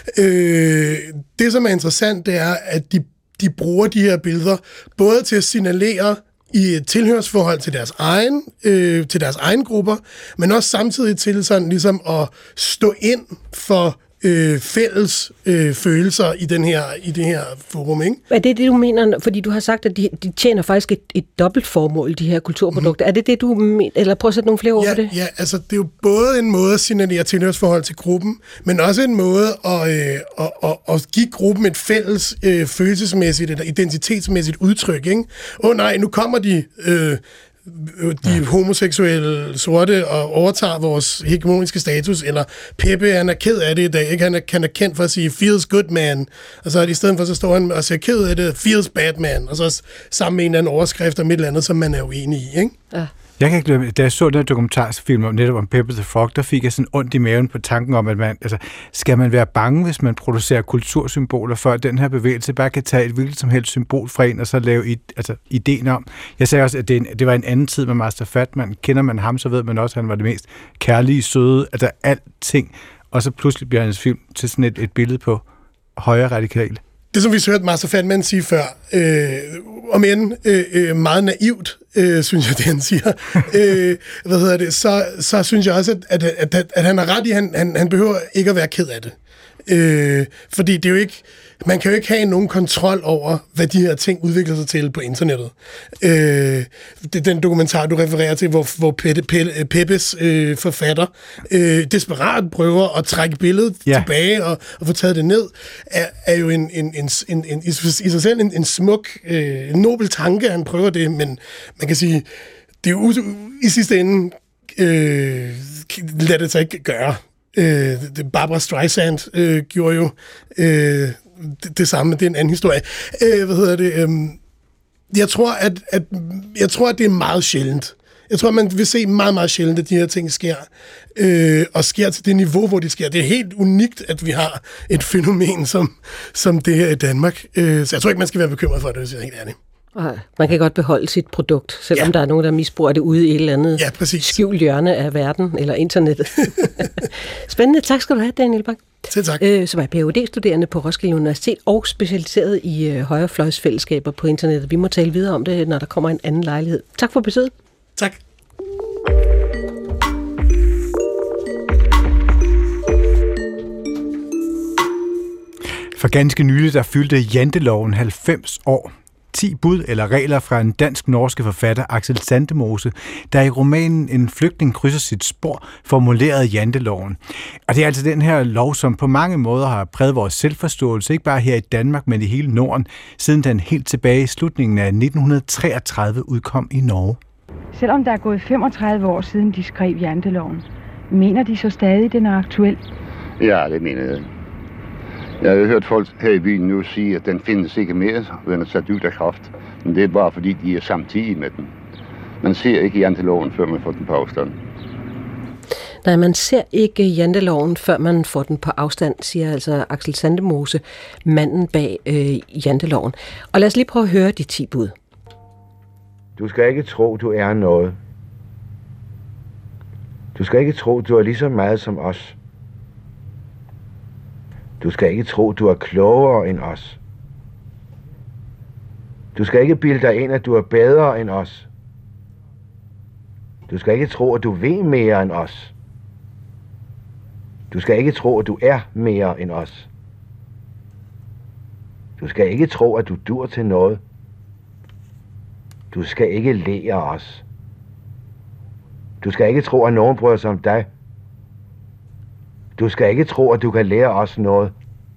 Øh, det, som er interessant, det er, at de, de bruger de her billeder, både til at signalere i et tilhørsforhold til deres egen, øh, til deres egen grupper, men også samtidig til sådan ligesom at stå ind for Øh, fælles øh, følelser i den her i det her forum, ikke? Er det det, du mener? Fordi du har sagt, at de, de tjener faktisk et, et dobbelt formål, de her kulturprodukter. Mm. Er det det, du mener? Eller prøv at sætte nogle flere ord ja, på det? Ja, altså det er jo både en måde at signalere tilhørsforhold til gruppen, men også en måde at, øh, at, at, at give gruppen et fælles øh, følelsesmæssigt eller identitetsmæssigt udtryk, ikke? Åh oh, nej, nu kommer de... Øh, de ja. homoseksuelle sorte og overtager vores hegemoniske status, eller Pepe, han er ked af det i dag, ikke? Han er, han er kendt for at sige, feels good man, og så i stedet for, så står han og siger, ked af det, feels bad man, og så sammen med en eller anden overskrift om et eller andet, som man er uenig i, ikke? Ja. Jeg kan ikke glemme, da jeg så den her dokumentarfilm om netop om Pepe the Frog, der fik jeg sådan ondt i maven på tanken om, at man, altså, skal man være bange, hvis man producerer kultursymboler, for den her bevægelse bare kan tage et hvilket som helst symbol fra en, og så lave et, altså, ideen om. Jeg sagde også, at det, en, det var en anden tid med Master Fat Man. Kender man ham, så ved man også, at han var det mest kærlige, søde, altså alting. Og så pludselig bliver hans film til sådan et, et billede på højre radikale. Det, som vi hørte Master Fat Man sige før, øh, om end øh, øh, meget naivt, øh, synes jeg, det han siger, øh, hvad hedder det, så, så synes jeg også, at, at, at, at han har ret i, han, han, han behøver ikke at være ked af det. Øh, fordi det er jo ikke, man kan jo ikke have nogen kontrol over, hvad de her ting udvikler sig til på internettet. Øh, det er den dokumentar, du refererer til, hvor, hvor Pepe, Pepe, Peppes øh, forfatter øh, desperat prøver at trække billedet yeah. tilbage og, og få taget det ned, er, er jo en, en, en, en, en, i sig selv en, en smuk, øh, en nobel tanke, han prøver det, men man kan sige, det er jo i sidste ende, øh, lad det sig ikke gøre. Øh, Barbra Streisand øh, gjorde jo øh, det, det samme, det er en anden historie. Øh, hvad hedder det? Øh, jeg tror, at, at jeg tror, at det er meget sjældent. Jeg tror, at man vil se meget, meget sjældent, at de her ting sker, øh, og sker til det niveau, hvor de sker. Det er helt unikt, at vi har et fænomen som, som det her i Danmark. Øh, så jeg tror ikke, man skal være bekymret for det, hvis jeg er helt ærlig. Og man kan godt beholde sit produkt, selvom Ja. der er nogen, der misbruger det ude i et eller andet Ja, præcis. skjult hjørne af verden eller internettet. Spændende. Tak skal du have, Daniel Bang. Selv tak. Øh, som er P H D-studerende på Roskilde Universitet og specialiseret i øh, højrefløjsfællesskaber på internettet. Vi må tale videre om det, når der kommer en anden lejlighed. Tak for besøget. Tak. For ganske nylig der fyldte janteloven halvfems år. ti bud eller regler fra en dansk-norske forfatter, Axel Sandemose, der i romanen En flygtning krydser sit spor, formulerede janteloven. Og det er altså den her lov, som på mange måder har præget vores selvforståelse, ikke bare her i Danmark, men i hele Norden, siden den helt tilbage i slutningen af nitten treogtredive udkom i Norge. Selvom der er gået femogtredive år siden de skrev janteloven, mener de så stadig, den er aktuel? Ja, det mener jeg. Jeg har hørt folk her i byen nu sige, at den findes ikke mere, og den er sat ud af kraft. Men det er bare fordi, de er samtidig med den. Man ser ikke janteloven, før man får den på afstand. Nej, man ser ikke janteloven, før man får den på afstand, siger altså Axel Sandemose, manden bag øh, janteloven. Og lad os lige prøve at høre de ti bud. Du skal ikke tro, du er noget. Du skal ikke tro, du er lige så meget som os. Du skal ikke tro, du er klogere end os. Du skal ikke bilde dig ind, at du er bedre end os. Du skal ikke tro, at du ved mere end os. Du skal ikke tro, at du er mere end os. Du skal ikke tro, at du dur til noget. Du skal ikke lære os. Du skal ikke tro, at nogen bryder sig om dig. Du skal ikke tro, at du kan lære os noget.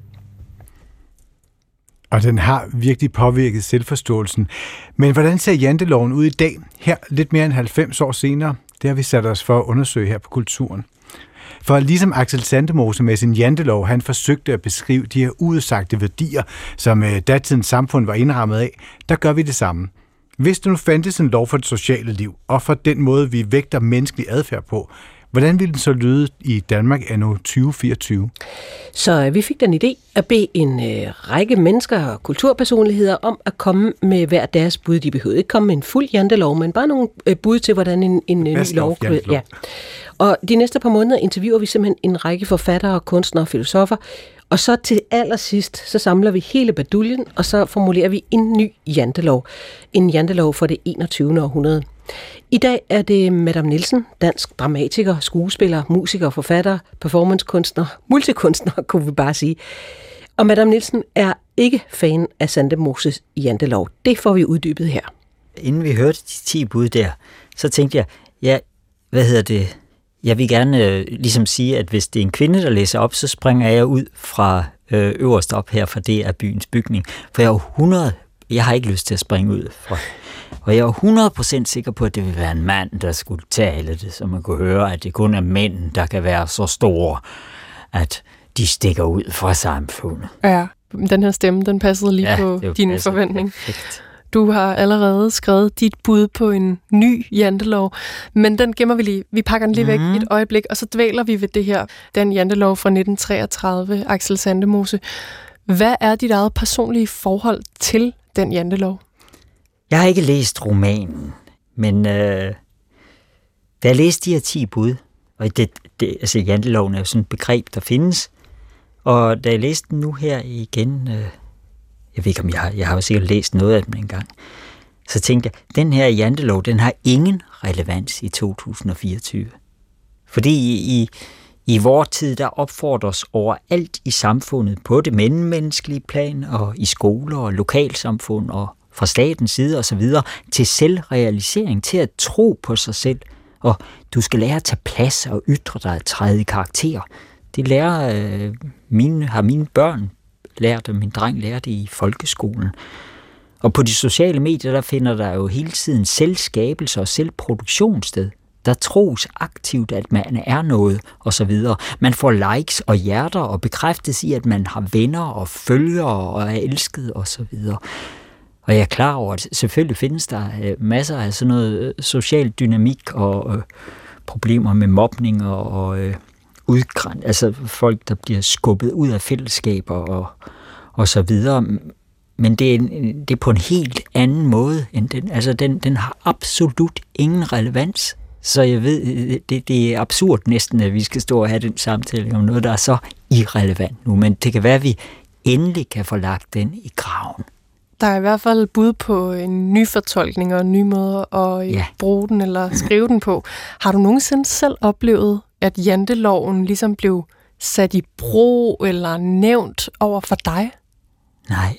Og den har virkelig påvirket selvforståelsen. Men hvordan ser janteloven ud i dag, her lidt mere end halvfems år senere? Det har vi sat os for at undersøge her på Kulturen. For ligesom Axel Sandemose med sin jantelov, han forsøgte at beskrive de her udsagte værdier, som datidens samfund var indrammet af, der gør vi det samme. Hvis der nu fandtes en lov for det sociale liv, og for den måde, vi vægter menneskelig adfærd på, hvordan ville den så lyde i Danmark anno tyve fireogtyve? Så vi fik den idé at bede en øh, række mennesker og kulturpersonligheder om at komme med hver deres bud. De behøvede ikke komme med en fuld jantelov, men bare nogle øh, bud til, hvordan en, en ny lov kunne... Ja. Og de næste par måneder interviewer vi simpelthen en række forfattere, kunstnere og filosofer, og så til allersidst, så samler vi hele baduljen, og så formulerer vi en ny jantelov. En jantelov for det enogtyvende århundrede. I dag er det Madame Nielsen, dansk dramatiker, skuespiller, musiker, forfatter, performancekunstner, multikunstner, kunne vi bare sige. Og Madame Nielsen er ikke fan af Sandemoses jantelov. Det får vi uddybet her. Inden vi hørte de ti bud der, så tænkte jeg, ja, hvad hedder det? Jeg vil gerne øh, ligesom sige, at hvis det er en kvinde, der læser op, så springer jeg ud fra øh, øverst op her, for det er byens bygning. For jeg er hundrede, jeg har ikke lyst til at springe ud fra. Og jeg er hundrede procent sikker på, at det vil være en mand, der skulle tale det, så man kunne høre, at det kun er mænd, der kan være så store, at de stikker ud fra samfundet. Ja, den her stemme, den passede lige ja, på din forventning. Perfekt. Du har allerede skrevet dit bud på en ny jantelov, men den gemmer vi lige. Vi pakker den lige væk mm. et øjeblik, og så dvæler vi ved det her. Den jantelov fra nitten treogtredive, Axel Sandemose. Hvad er dit eget personlige forhold til den jantelov? Jeg har ikke læst romanen, men øh, da jeg læste de her ti bud, og det, det, altså janteloven er jo sådan et begreb, der findes, og da jeg læste den nu her igen, øh, jeg ved ikke om jeg har, jeg har jo sikkert læst noget af den engang, så tænkte jeg, den her jantelov, den har ingen relevans i to tusind fireogtyve. Fordi i, i, i vor tid, der opfordres overalt i samfundet, på det mellemmenneskelige plan, og i skoler og lokalsamfund og fra statens side og så videre, til selvrealisering, til at tro på sig selv. Og du skal lære at tage plads og ytre dig, at træde i karakter. Det lærer øh, mine, har mine børn lært, og min dreng lærte i folkeskolen. Og på de sociale medier, der finder der jo hele tiden selvskabelse og selvproduktion sted. Der tros aktivt, at man er noget, og så videre. Man får likes og hjerter og bekræftes i, at man har venner og følgere og er elsket, og så videre. Og jeg er klar over, at selvfølgelig findes der masser af sådan noget social dynamik og øh, problemer med mobning og, og øh, udgræn, altså folk, der bliver skubbet ud af fællesskaber og, og så videre. men det er, det er på en helt anden måde end den. Altså, den, den har absolut ingen relevans. Så jeg ved, det, det er absurd næsten, at vi skal stå og have den samtale om noget, der er så irrelevant nu. Men det kan være, at vi endelig kan få lagt den i graven. Der er i hvert fald bud på en ny fortolkning og en ny måde at ja. bruge den eller skrive den på. Har du nogensinde selv oplevet, at janteloven ligesom blev sat i brug eller nævnt over for dig? Nej.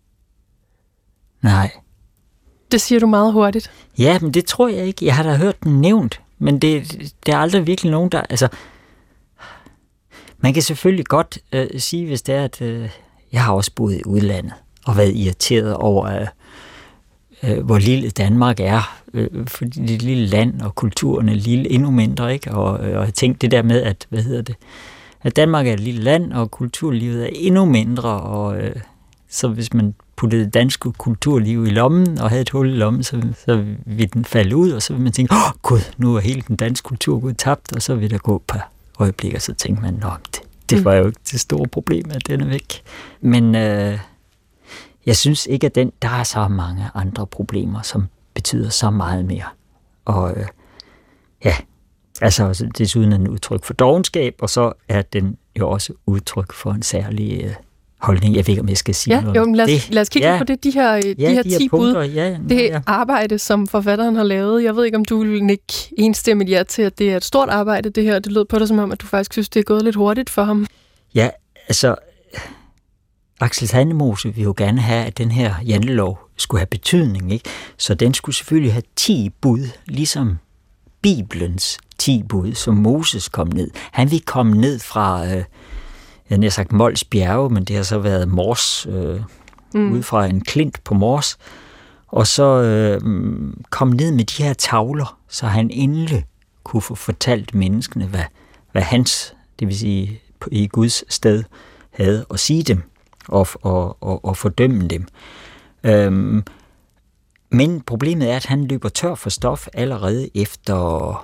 Nej. Det siger du meget hurtigt. Ja, men det tror jeg ikke. Jeg har da hørt den nævnt, men det, det er aldrig virkelig nogen, der... Altså, man kan selvfølgelig godt øh, sige, hvis det er, at øh, jeg har også boet i udlandet og været irriteret over, øh, hvor lille Danmark er. Øh, fordi det er et lille land, og kulturen er lille, endnu mindre, ikke? Og, øh, og jeg tænkte det der med, at, hvad hedder det, at Danmark er et lille land, og kulturlivet er endnu mindre, og øh, så hvis man puttede det danske kulturliv i lommen, og havde et hul i lommen, så, så ville den falde ud, og så ville man tænke, åh oh, gud, nu er hele den danske kultur gået tabt, og så vil der gå et par øjeblikke, og så tænker man, nå, det, det var jo ikke det store problem, at den er væk. Men øh, jeg synes ikke, at den, der er så mange andre problemer, som betyder så meget mere. Og øh, ja, altså desuden er den udtryk for dovenskab, og så er den jo også udtryk for en særlig øh, holdning. Jeg ved ikke, om jeg skal sige ja, noget. Jo, lad, os, det, lad os kigge ja, på det, de her, de ja, her de her ti punkter, bud. ja, det ja. arbejde, som forfatteren har lavet. Jeg ved ikke, om du vil nikke enstemmigt ja til, at det er et stort arbejde, det her. Det lød på dig som om, at du faktisk synes, det er gået lidt hurtigt for ham. Ja, altså... Axel Sandemose vil jo gerne have, at den her jantelov skulle have betydning, ikke? Så den skulle selvfølgelig have ti bud, ligesom Bibelens ti bud, som Moses kom ned. Han vil komme ned fra, øh, jeg har sagt Mols bjerge, men det har så været Mors, øh, mm. ud fra en klint på Mors, og så øh, kom ned med de her tavler, så han endelig kunne få fortalt menneskene, hvad, hvad hans, det vil sige i Guds sted, havde at sige dem. Og, og, og, og fordømme dem. Øhm, men problemet er, at han løber tør for stof allerede efter...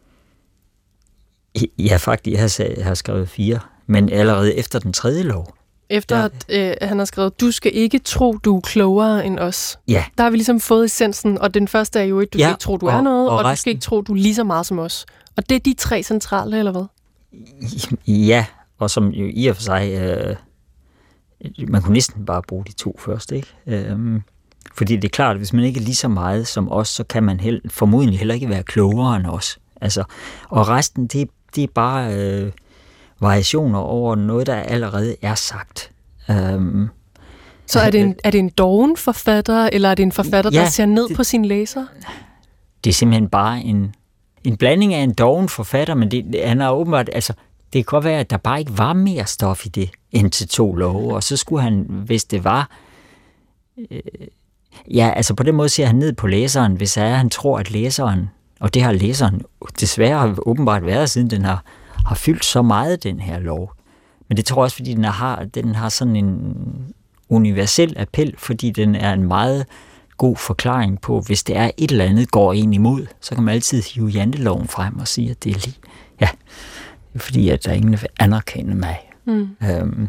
Ja, faktisk, jeg har, jeg har skrevet fire, men allerede efter den tredje lov. Efter ja. at øh, han har skrevet, du skal ikke tro, du er klogere end os. Ja. Der har vi ligesom fået essensen, og den første er jo ikke, du ja, skal ikke tro, du og, er noget, og, og du skal ikke tro, du er lige så meget som os. Og det er de tre centrale, eller hvad? Ja, og som jo i og for sig... Øh, man kunne næsten bare bruge de to først, ikke? Øhm, fordi det er klart, at hvis man ikke er lige så meget som os, så kan man held, formodentlig heller ikke være klogere end os. Altså, og resten, det, det er bare øh, variationer over noget, der allerede er sagt. Øhm, så er det, en, er det en doven forfatter, eller er det en forfatter, ja, der ser ned det, på sine læsere? Det er simpelthen bare en, en blanding af en doven forfatter, men det, han er åbenbart... Altså, det kan godt være, at der bare ikke var mere stof i det, end til to love, og så skulle han, hvis det var... Øh, ja, altså på den måde ser han ned på læseren, hvis er, han tror, at læseren, og det har læseren desværre har åbenbart været, siden den har, har fyldt så meget, den her lov. Men det tror jeg også, fordi den har, den har sådan en universel appel, fordi den er en meget god forklaring på, hvis det er et eller andet, går en imod, så kan man altid hive janteloven frem og sige, at det er lige... Ja, fordi at der ingen vil anerkende mig. Mm. Øhm,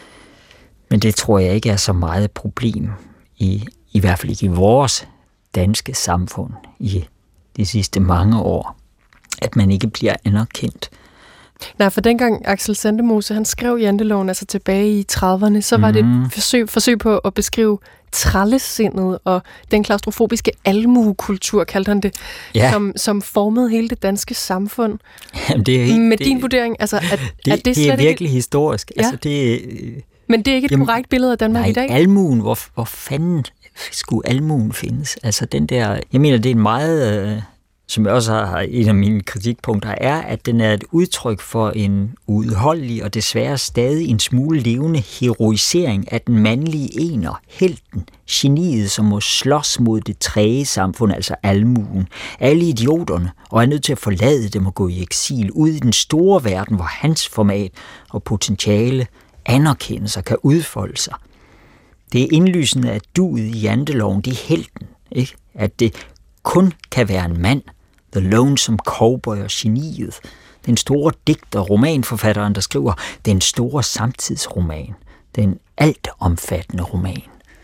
men det tror jeg ikke er så meget problem, i, i hvert fald ikke i vores danske samfund i de sidste mange år, at man ikke bliver anerkendt. Nej, for dengang Axel Sandemose, han skrev janteloven altså tilbage i trediverne, så var mm. det et forsøg, forsøg på at beskrive trællesindet og den klaustrofobiske almuekultur, kaldte han det, ja. som, som formede hele det danske samfund. Jamen, det er helt, Med det, din vurdering, altså, at, det, at det, det er virkelig ikke... historisk. Ja. Altså, det, Men det er ikke et jamen, korrekt billede af Danmark nej, i dag? almuen, hvor, hvor fanden skulle almuen findes? Altså den der, jeg mener, det er en meget... Øh, som jeg også har en af mine kritikpunkter, er, at den er et udtryk for en udholdelig og desværre stadig en smule levende heroisering af den mandlige ener, helten, geniet, som må slås mod det træge samfund, altså almuen, alle idioterne, og er nødt til at forlade dem og gå i eksil ud i den store verden, hvor hans format og potentiale anerkendelser kan udfolde sig. Det er indlysende, at duet i janteloven, det er helten, ikke? At det kun kan være en mand, The Lonesome Cowboy og geniet, den store digter, romanforfatteren, der skriver den store samtidsroman, den altomfattende roman.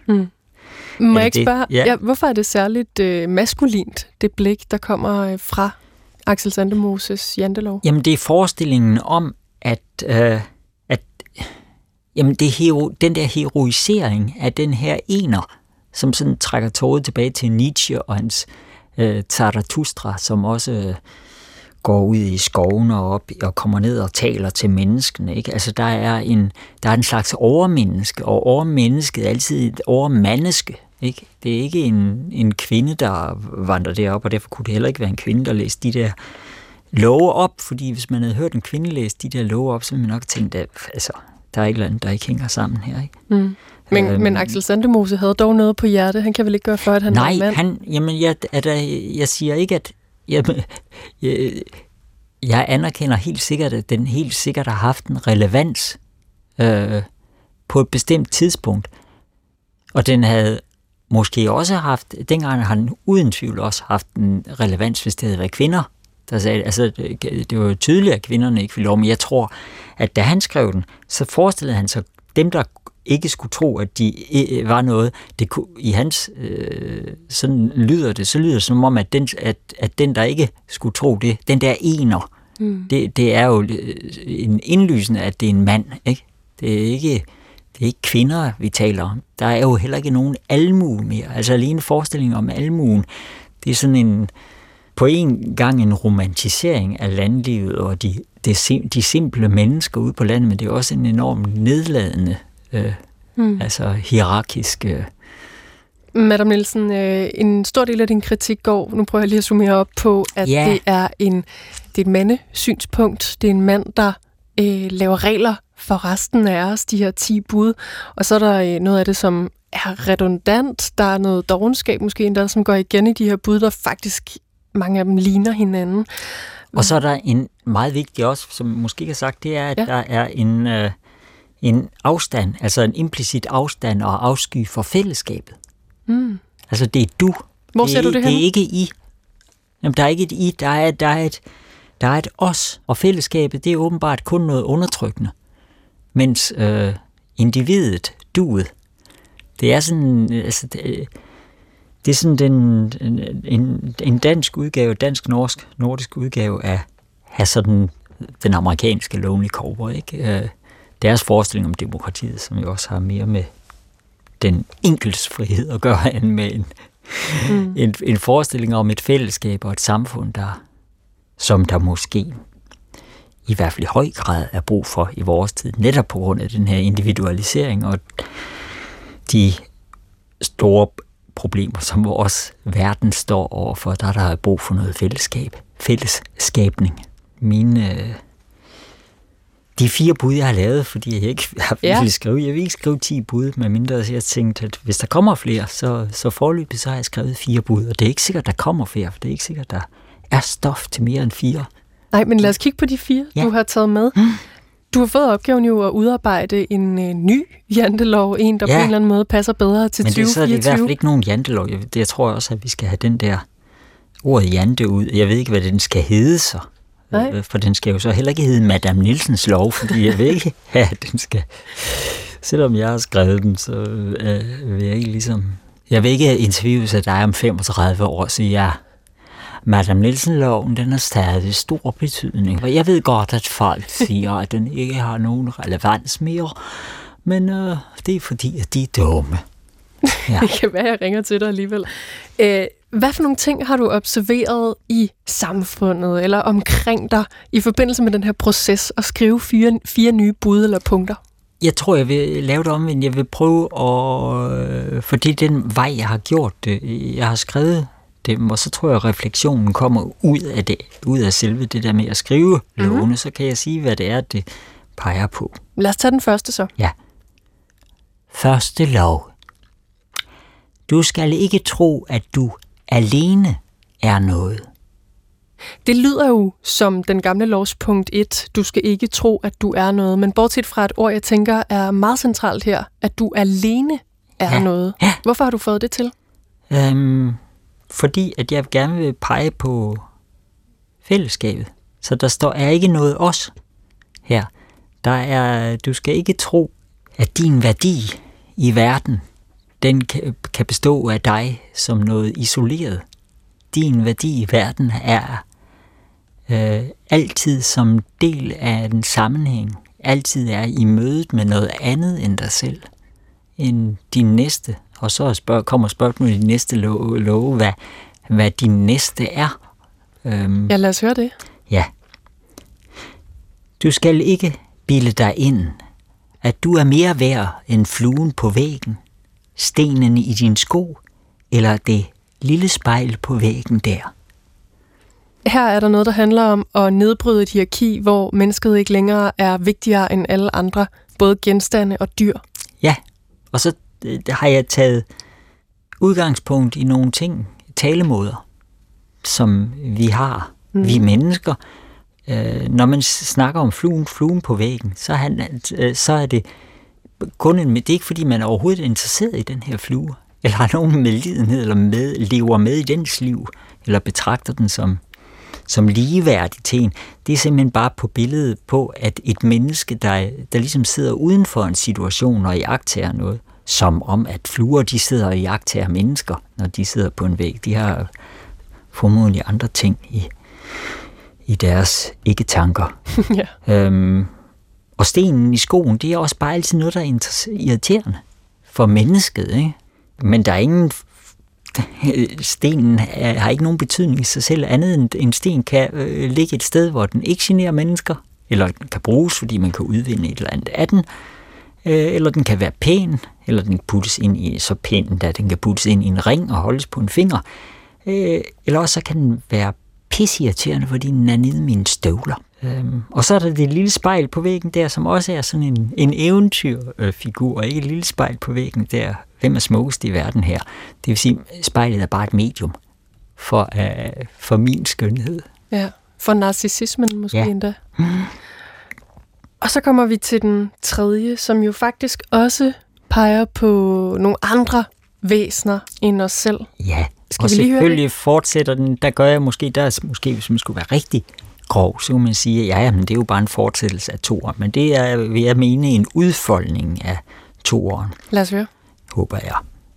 Mm. Må jeg ikke det? spørge, Ja. ja, hvorfor er det særligt øh, maskulint, det blik, der kommer øh, fra Aksel Sandemoses Jantelov? Jamen, det er forestillingen om, at, øh, at jamen, det hero, den der heroisering af den her ener, som sådan trækker tåret tilbage til Nietzsche og hans øh, Zarathustra, som også øh, går ud i skoven og op og kommer ned og taler til menneskene. Ikke? Altså, der er, en, der er en slags overmenneske, og overmennesket er altid et overmandeske. Ikke? Det er ikke en, en kvinde, der vandrer derop, og derfor kunne det heller ikke være en kvinde, der læste de der love op, fordi hvis man havde hørt en kvinde læse de der love op, så ville man nok tænke, at altså, der er et eller andet, der ikke hænger sammen her. Ikke? Mm. Men, øhm, men Aksel Sandemose havde dog noget på hjerte. Han kan vel ikke gøre for, at han nej, er en mand? Nej, jamen, jeg, at, jeg siger ikke, at jeg, jeg, jeg anerkender helt sikkert, at den helt sikkert har haft en relevans øh, på et bestemt tidspunkt. Og den havde måske også haft, dengang har den uden tvivl også haft en relevans, hvis det havde været kvinder, der sagde, altså det, det var jo tydeligt, at kvinderne ikke ville lov, men jeg tror, at da han skrev den, så forestillede han sig, dem der ikke skulle tro, at de var noget, det kunne, i hans, øh, sådan lyder det, så lyder det som om, at den, at, at den der ikke skulle tro det, den der ener, mm. det, det er jo en indlysende, at det er en mand, ikke? Det er ikke Det er ikke kvinder, vi taler om. Der er jo heller ikke nogen almue mere. Altså alene forestillingen om almuen, det er sådan en, på en gang en romantisering af landlivet og de, de, de simple mennesker ude på landet, men det er også en enormt nedladende, øh, hmm. altså hierarkisk. Øh. Madame Nielsen, øh, en stor del af din kritik går, nu prøver jeg lige at summere op på, at ja. det er en det er et mandesynspunkt. Det er en mand, der øh, laver regler for resten af os, de her ti bud. Og så er der noget af det, som er redundant. Der er noget dovenskab måske endda, som går igen i de her bud, der faktisk mange af dem ligner hinanden. Og så er der en meget vigtig også, som måske ikke har sagt, det er, at ja. der er en, øh, en afstand, altså en implicit afstand og afsky for fællesskabet. Mm. Altså det er du. Hvor ser det, du det Det hen? er ikke I. Jamen, der er ikke et I, der er, der er et der er et os. Og fællesskabet, det er åbenbart kun noget undertrykkende. Mens øh, individet, duet, det er sådan, altså, det, det er sådan den, en, en dansk udgave, dansk-norsk, nordisk udgave af, af sådan den amerikanske Lonely Cowboy, ikke? Øh, deres forestilling om demokratiet, som jo også har mere med den enkeltes frihed at gøre, end med en, mm. en, en forestilling om et fællesskab og et samfund, der, som der måske i hvert fald i høj grad er brug for i vores tid, netop på grund af den her individualisering og de store problemer, som vores verden står overfor, der er der brug for noget fællesskab, fællesskabning. Mine, de fire bud, jeg har lavet, fordi jeg ikke har ja. skrive, jeg vil ikke skrive ti bud, medmindre jeg tænkte, at hvis der kommer flere, så, så forløbig så har jeg skrevet fire bud, og det er ikke sikkert, der kommer flere, for det er ikke sikkert, der er stof til mere end fire. Nej, men lad os kigge på de fire, ja. du har taget med. Mm. Du har fået opgaven jo at udarbejde en øh, ny jantelov, en, der ja. på en eller anden måde passer bedre til tyve fireogtyve. Men det er så i hvert fald ikke nogen jantelov. Jeg, jeg tror også, at vi skal have den der ordet jante ud. Jeg ved ikke, hvad den skal hedde så. Nej. For den skal jo så heller ikke hedde Madame Nielsens lov, fordi jeg ved ikke, at den skal... Selvom jeg har skrevet den, så øh, vil jeg ikke ligesom... Jeg vil ikke interviewe af dig om femogtredive år, så jeg... Madame Nielsen-loven, den har stadig stor betydning. Og jeg ved godt, at folk siger, at den ikke har nogen relevans mere, men øh, det er fordi, at de er dumme. Ja. Det kan være, jeg ringer til dig alligevel. Æh, hvad for nogle ting har du observeret i samfundet eller omkring dig i forbindelse med den her proces at skrive fire, fire nye bud eller punkter? Jeg tror, jeg vil lave det omvendt. Jeg vil prøve at... For det er den vej, jeg har gjort det. Jeg har skrevet dem, og så tror jeg, at refleksionen kommer ud af det, ud af selve det der med at skrive lovene, mm-hmm. så kan jeg sige, hvad det er, det peger på. Lad os tage den første så. Ja. Første lov. Du skal ikke tro, at du alene er noget. Det lyder jo som den gamle lovs punkt et. Du skal ikke tro, at du er noget. Men bortset fra et ord, jeg tænker er meget centralt her, at du alene er ja. noget. Ja. Hvorfor har du fået det til? Øhm, fordi at jeg gerne vil pege på fællesskabet. Så der står er ikke noget os her. Der er, du skal ikke tro, at din værdi i verden den kan, kan bestå af dig som noget isoleret. Din værdi i verden er øh, altid som del af en sammenhæng, altid er i mødet med noget andet end dig selv, end din næste. Og så spørg, kommer spørgsmålet i din næste love, love hvad, hvad din næste er. Øhm, ja, lad os høre det. Ja. Du skal ikke bilde dig ind, at du er mere værd end fluen på væggen, stenen i din sko, eller det lille spejl på væggen der. Her er der noget, der handler om at nedbryde et hierarki, hvor mennesket ikke længere er vigtigere end alle andre, både genstande og dyr. Ja, og så har jeg taget udgangspunkt i nogle ting, talemåder, som vi har, mm. vi mennesker. Øh, når man snakker om fluen, fluen på væggen, så, han, øh, så er det kun en, det er ikke fordi, man er overhovedet interesseret i den her flue, eller har nogen medlidenhed, eller med, lever med i dens liv, eller betragter den som, som ligeværdig til en. Det er simpelthen bare på billedet på, at et menneske, der, der ligesom sidder uden for en situation og iagttager noget, som om at fluer, de sidder og iagttager mennesker, når de sidder på en væg. De har formodentlig andre ting i, i deres ikke-tanker. ja. øhm, og stenen i skoen, det er også bare altid noget, der er irriterende for mennesket, ikke? Men der er ingen... Stenen er, har ikke nogen betydning i sig selv, andet end en sten kan øh, ligge et sted, hvor den ikke generer mennesker, eller den kan bruges, fordi man kan udvinde et eller andet af den, øh, eller den kan være pæn, eller den puttes ind i så pæn, at den kan puttes ind i en ring og holdes på en finger, øh, eller også så kan den være pisseirriterende, fordi den er nede i mine støvler. Øhm, og så er der det lille spejl på væggen der, som også er sådan en, en eventyrfigur, og ikke et lille spejl på væggen der. Hvem er smukkest i verden her? Det vil sige, spejlet er bare et medium for, øh, for min skønhed. Ja, for narcissismen måske ja. endda. Mm. Og så kommer vi til den tredje, som jo faktisk også peger på nogle andre væsener end os selv. Ja, Skal og vi lige selvfølgelig høre det? Fortsætter den, der gør jeg måske, der er, måske hvis man skulle være rigtig grov, så kunne man sige, ja, men det er jo bare en fortsættelse af toeren, men det er, vil jeg mene, en udfoldning af toeren. Lad os høre. Håber jeg.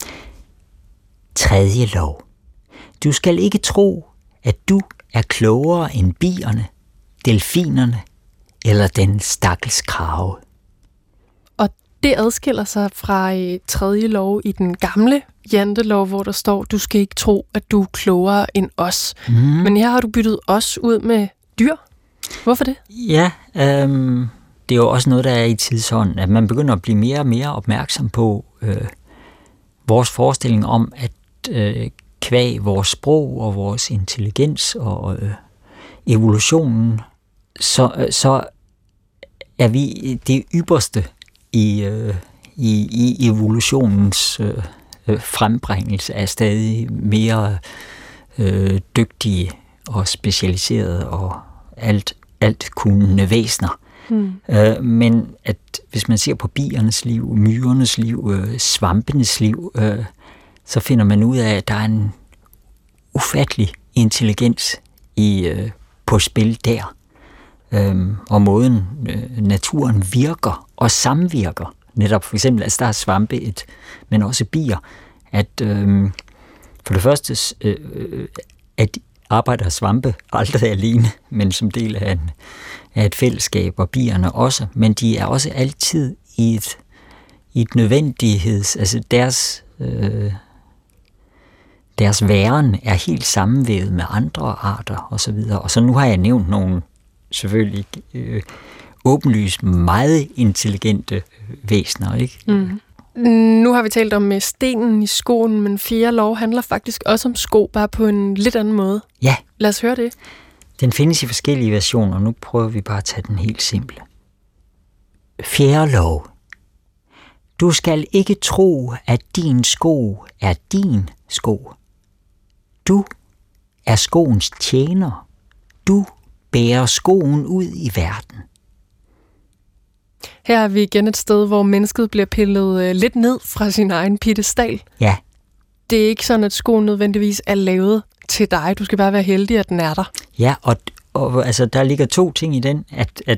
Tredje lov. Du skal ikke tro, at du er klogere end bierne, delfinerne eller den stakkels krage. Og det adskiller sig fra tredje lov i den gamle jantelov, hvor der står, du skal ikke tro, at du er klogere end os. Mm. Men her har du byttet os ud med dyr. Hvorfor det? Ja, øhm, det er jo også noget, der er i tidsånden, at man begynder at blive mere og mere opmærksom på øh, vores forestilling om, at øh, kvæg vores sprog og vores intelligens og øh, evolutionen, så, øh, så er vi det ypperste i, øh, i, i evolutionens øh, øh, frembringelse af stadig mere øh, dygtige og specialiserede og alt, alt kunnende væsener. Mm. Øh, men at hvis man ser på biernes liv, myrernes liv, øh, svampenes liv, øh, så finder man ud af, at der er en ufattelig intelligens i, øh, på spil der. Øh, og måden øh, naturen virker og samvirker. Netop for eksempel, at der er svampe, et, men også bier. At øh, for det første, øh, at arbejder svampe aldrig alene, men som del af, en, af et fællesskab, og bierne også, men de er også altid i et, i et nødvendigheds, altså deres, øh, deres væren er helt sammenvævet med andre arter og så videre. Og så nu har jeg nævnt nogle selvfølgelig øh, åbenlyst meget intelligente væsener, ikke? Mm. Nu har vi talt om stenen i skoen, men fjerde lov handler faktisk også om sko, bare på en lidt anden måde. Ja. Lad os høre det. Den findes i forskellige versioner, nu prøver vi bare at tage den helt simple. Fjerde lov. Du skal ikke tro, at din sko er din sko. Du er skoens tjener. Du bærer skoen ud i verden. Her er vi igen et sted, hvor mennesket bliver pillet øh, lidt ned fra sin egen piedestal. Ja. Det er ikke sådan, at skoen nødvendigvis er lavet til dig. Du skal bare være heldig, at den er der. Ja, og, og altså, der ligger to ting i den, at, at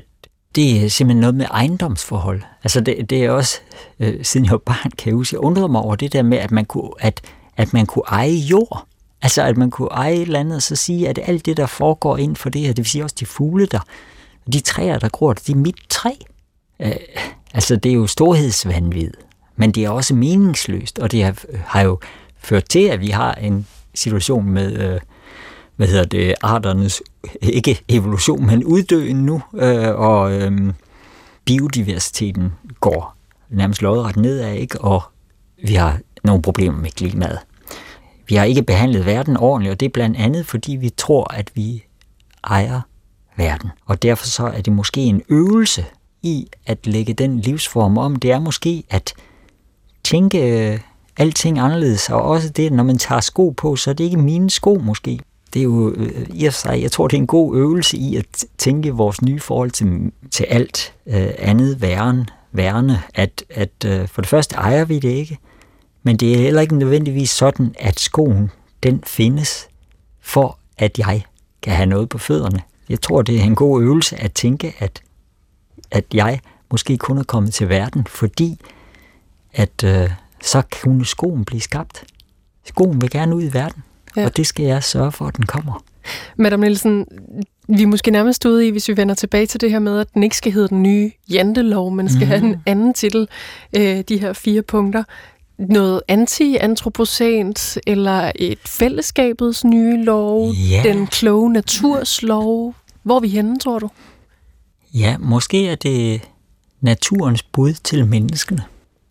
Det er simpelthen noget med ejendomsforhold. Altså det, det er også, øh, siden jeg var barn, kan jeg huske, jeg undrede mig over det der med, at man kunne, at, at man kunne eje jord. Altså at man kunne eje et eller andet, og så sige, at alt det, der foregår inden for det her, det vil sige også de fugle, der, de træer, der gror, det er mit træ. Øh, altså det er jo storhedsvanvid, men det er også meningsløst, og det har, har jo ført til, at vi har en situation med, øh, hvad hedder det, arternes, ikke evolution, men uddøen nu, øh, og øh, biodiversiteten går nærmest lodret nedad, ikke? Og vi har nogle problemer med klimaet. Vi har ikke behandlet verden ordentligt, og det er blandt andet, fordi vi tror, at vi ejer verden. Og derfor så er det måske en øvelse i at lægge den livsform om. Det er måske at tænke øh, alting anderledes, og også det, når man tager sko på, så er det ikke mine sko måske. Det er jo øh, i og for sig, jeg tror, det er en god øvelse i at tænke vores nye forhold til, til alt øh, andet væren, værende, at, at øh, for det første ejer vi det ikke, men det er heller ikke nødvendigvis sådan, at skoen, den findes, for at jeg kan have noget på fødderne. Jeg tror, det er en god øvelse at tænke, at, at jeg måske kun er kommet til verden, fordi at øh, så kunne skoen blive skabt. Skoen vil gerne ud i verden, ja. Og det skal jeg sørge for, at den kommer. Madame Nielsen, vi er måske nærmest ude i, hvis vi vender tilbage til det her med, at den ikke skal hedde den nye jantelov, men skal mm. have en anden titel, øh, de her fire punkter. Noget anti-antropocænt, eller et fællesskabets nye lov, ja. Den kloge naturs lov. Hvor er vi henne, tror du? Ja, måske er det naturens bud til menneskene.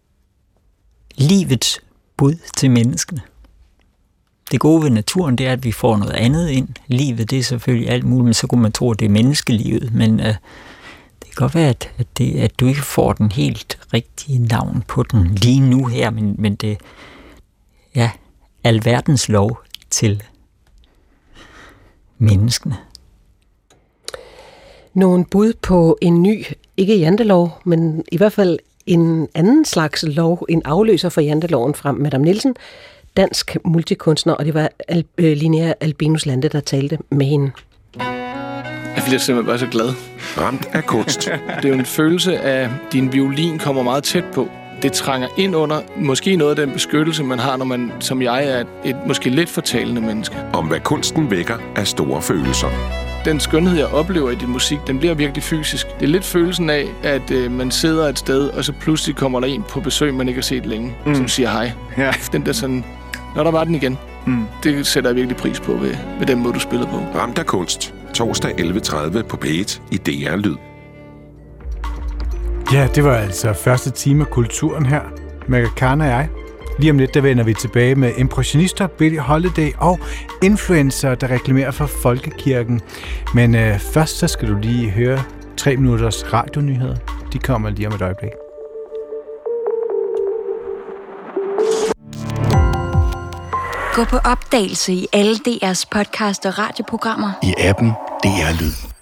Livets bud til menneskene. Det gode ved naturen, det er, at vi får noget andet ind. Livet, det er selvfølgelig alt muligt, men så kunne man tro, at det er menneskelivet. Men øh, det kan godt være, at, at, det, at du ikke får den helt rigtige navn på den lige nu her, men, men det ja, alverdens lov til menneskene. Nogle bud på en ny, ikke jantelov, men i hvert fald en anden slags lov, en afløser for janteloven fra Madame Nielsen, dansk multikunstner, og det var Al- Linnea Albinus Lande, der talte med hende. Jeg bliver simpelthen bare så glad. Ramt af kunst. Det er jo en følelse af, at din violin kommer meget tæt på. Det trænger ind under måske noget af den beskyttelse, man har, når man, som jeg, er et, et måske lidt fortalende menneske. Om hvad kunsten vækker af store følelser. Den skønhed, jeg oplever i din musik, den bliver virkelig fysisk. Det er lidt følelsen af, at øh, man sidder et sted, og så pludselig kommer der en på besøg, man ikke har set længe, mm. som siger hej. Ja. Den der sådan, når der var den igen. Mm. Det sætter jeg virkelig pris på ved, ved den måde, du spiller på. Ramt af kunst. Torsdag elleve tredive på P et i D R Lyd. Ja, det var altså første time af Kulturen her. Magga Khan og jeg. Lige om lidt, der vender vi tilbage med impressionister, Billie Holiday og influencer, der reklamerer for folkekirken. Men øh, først så skal du lige høre tre minutters radionyheder. De kommer lige om et øjeblik. Gå på opdagelse i alle D R's podcast og radioprogrammer. I appen D R Lyd.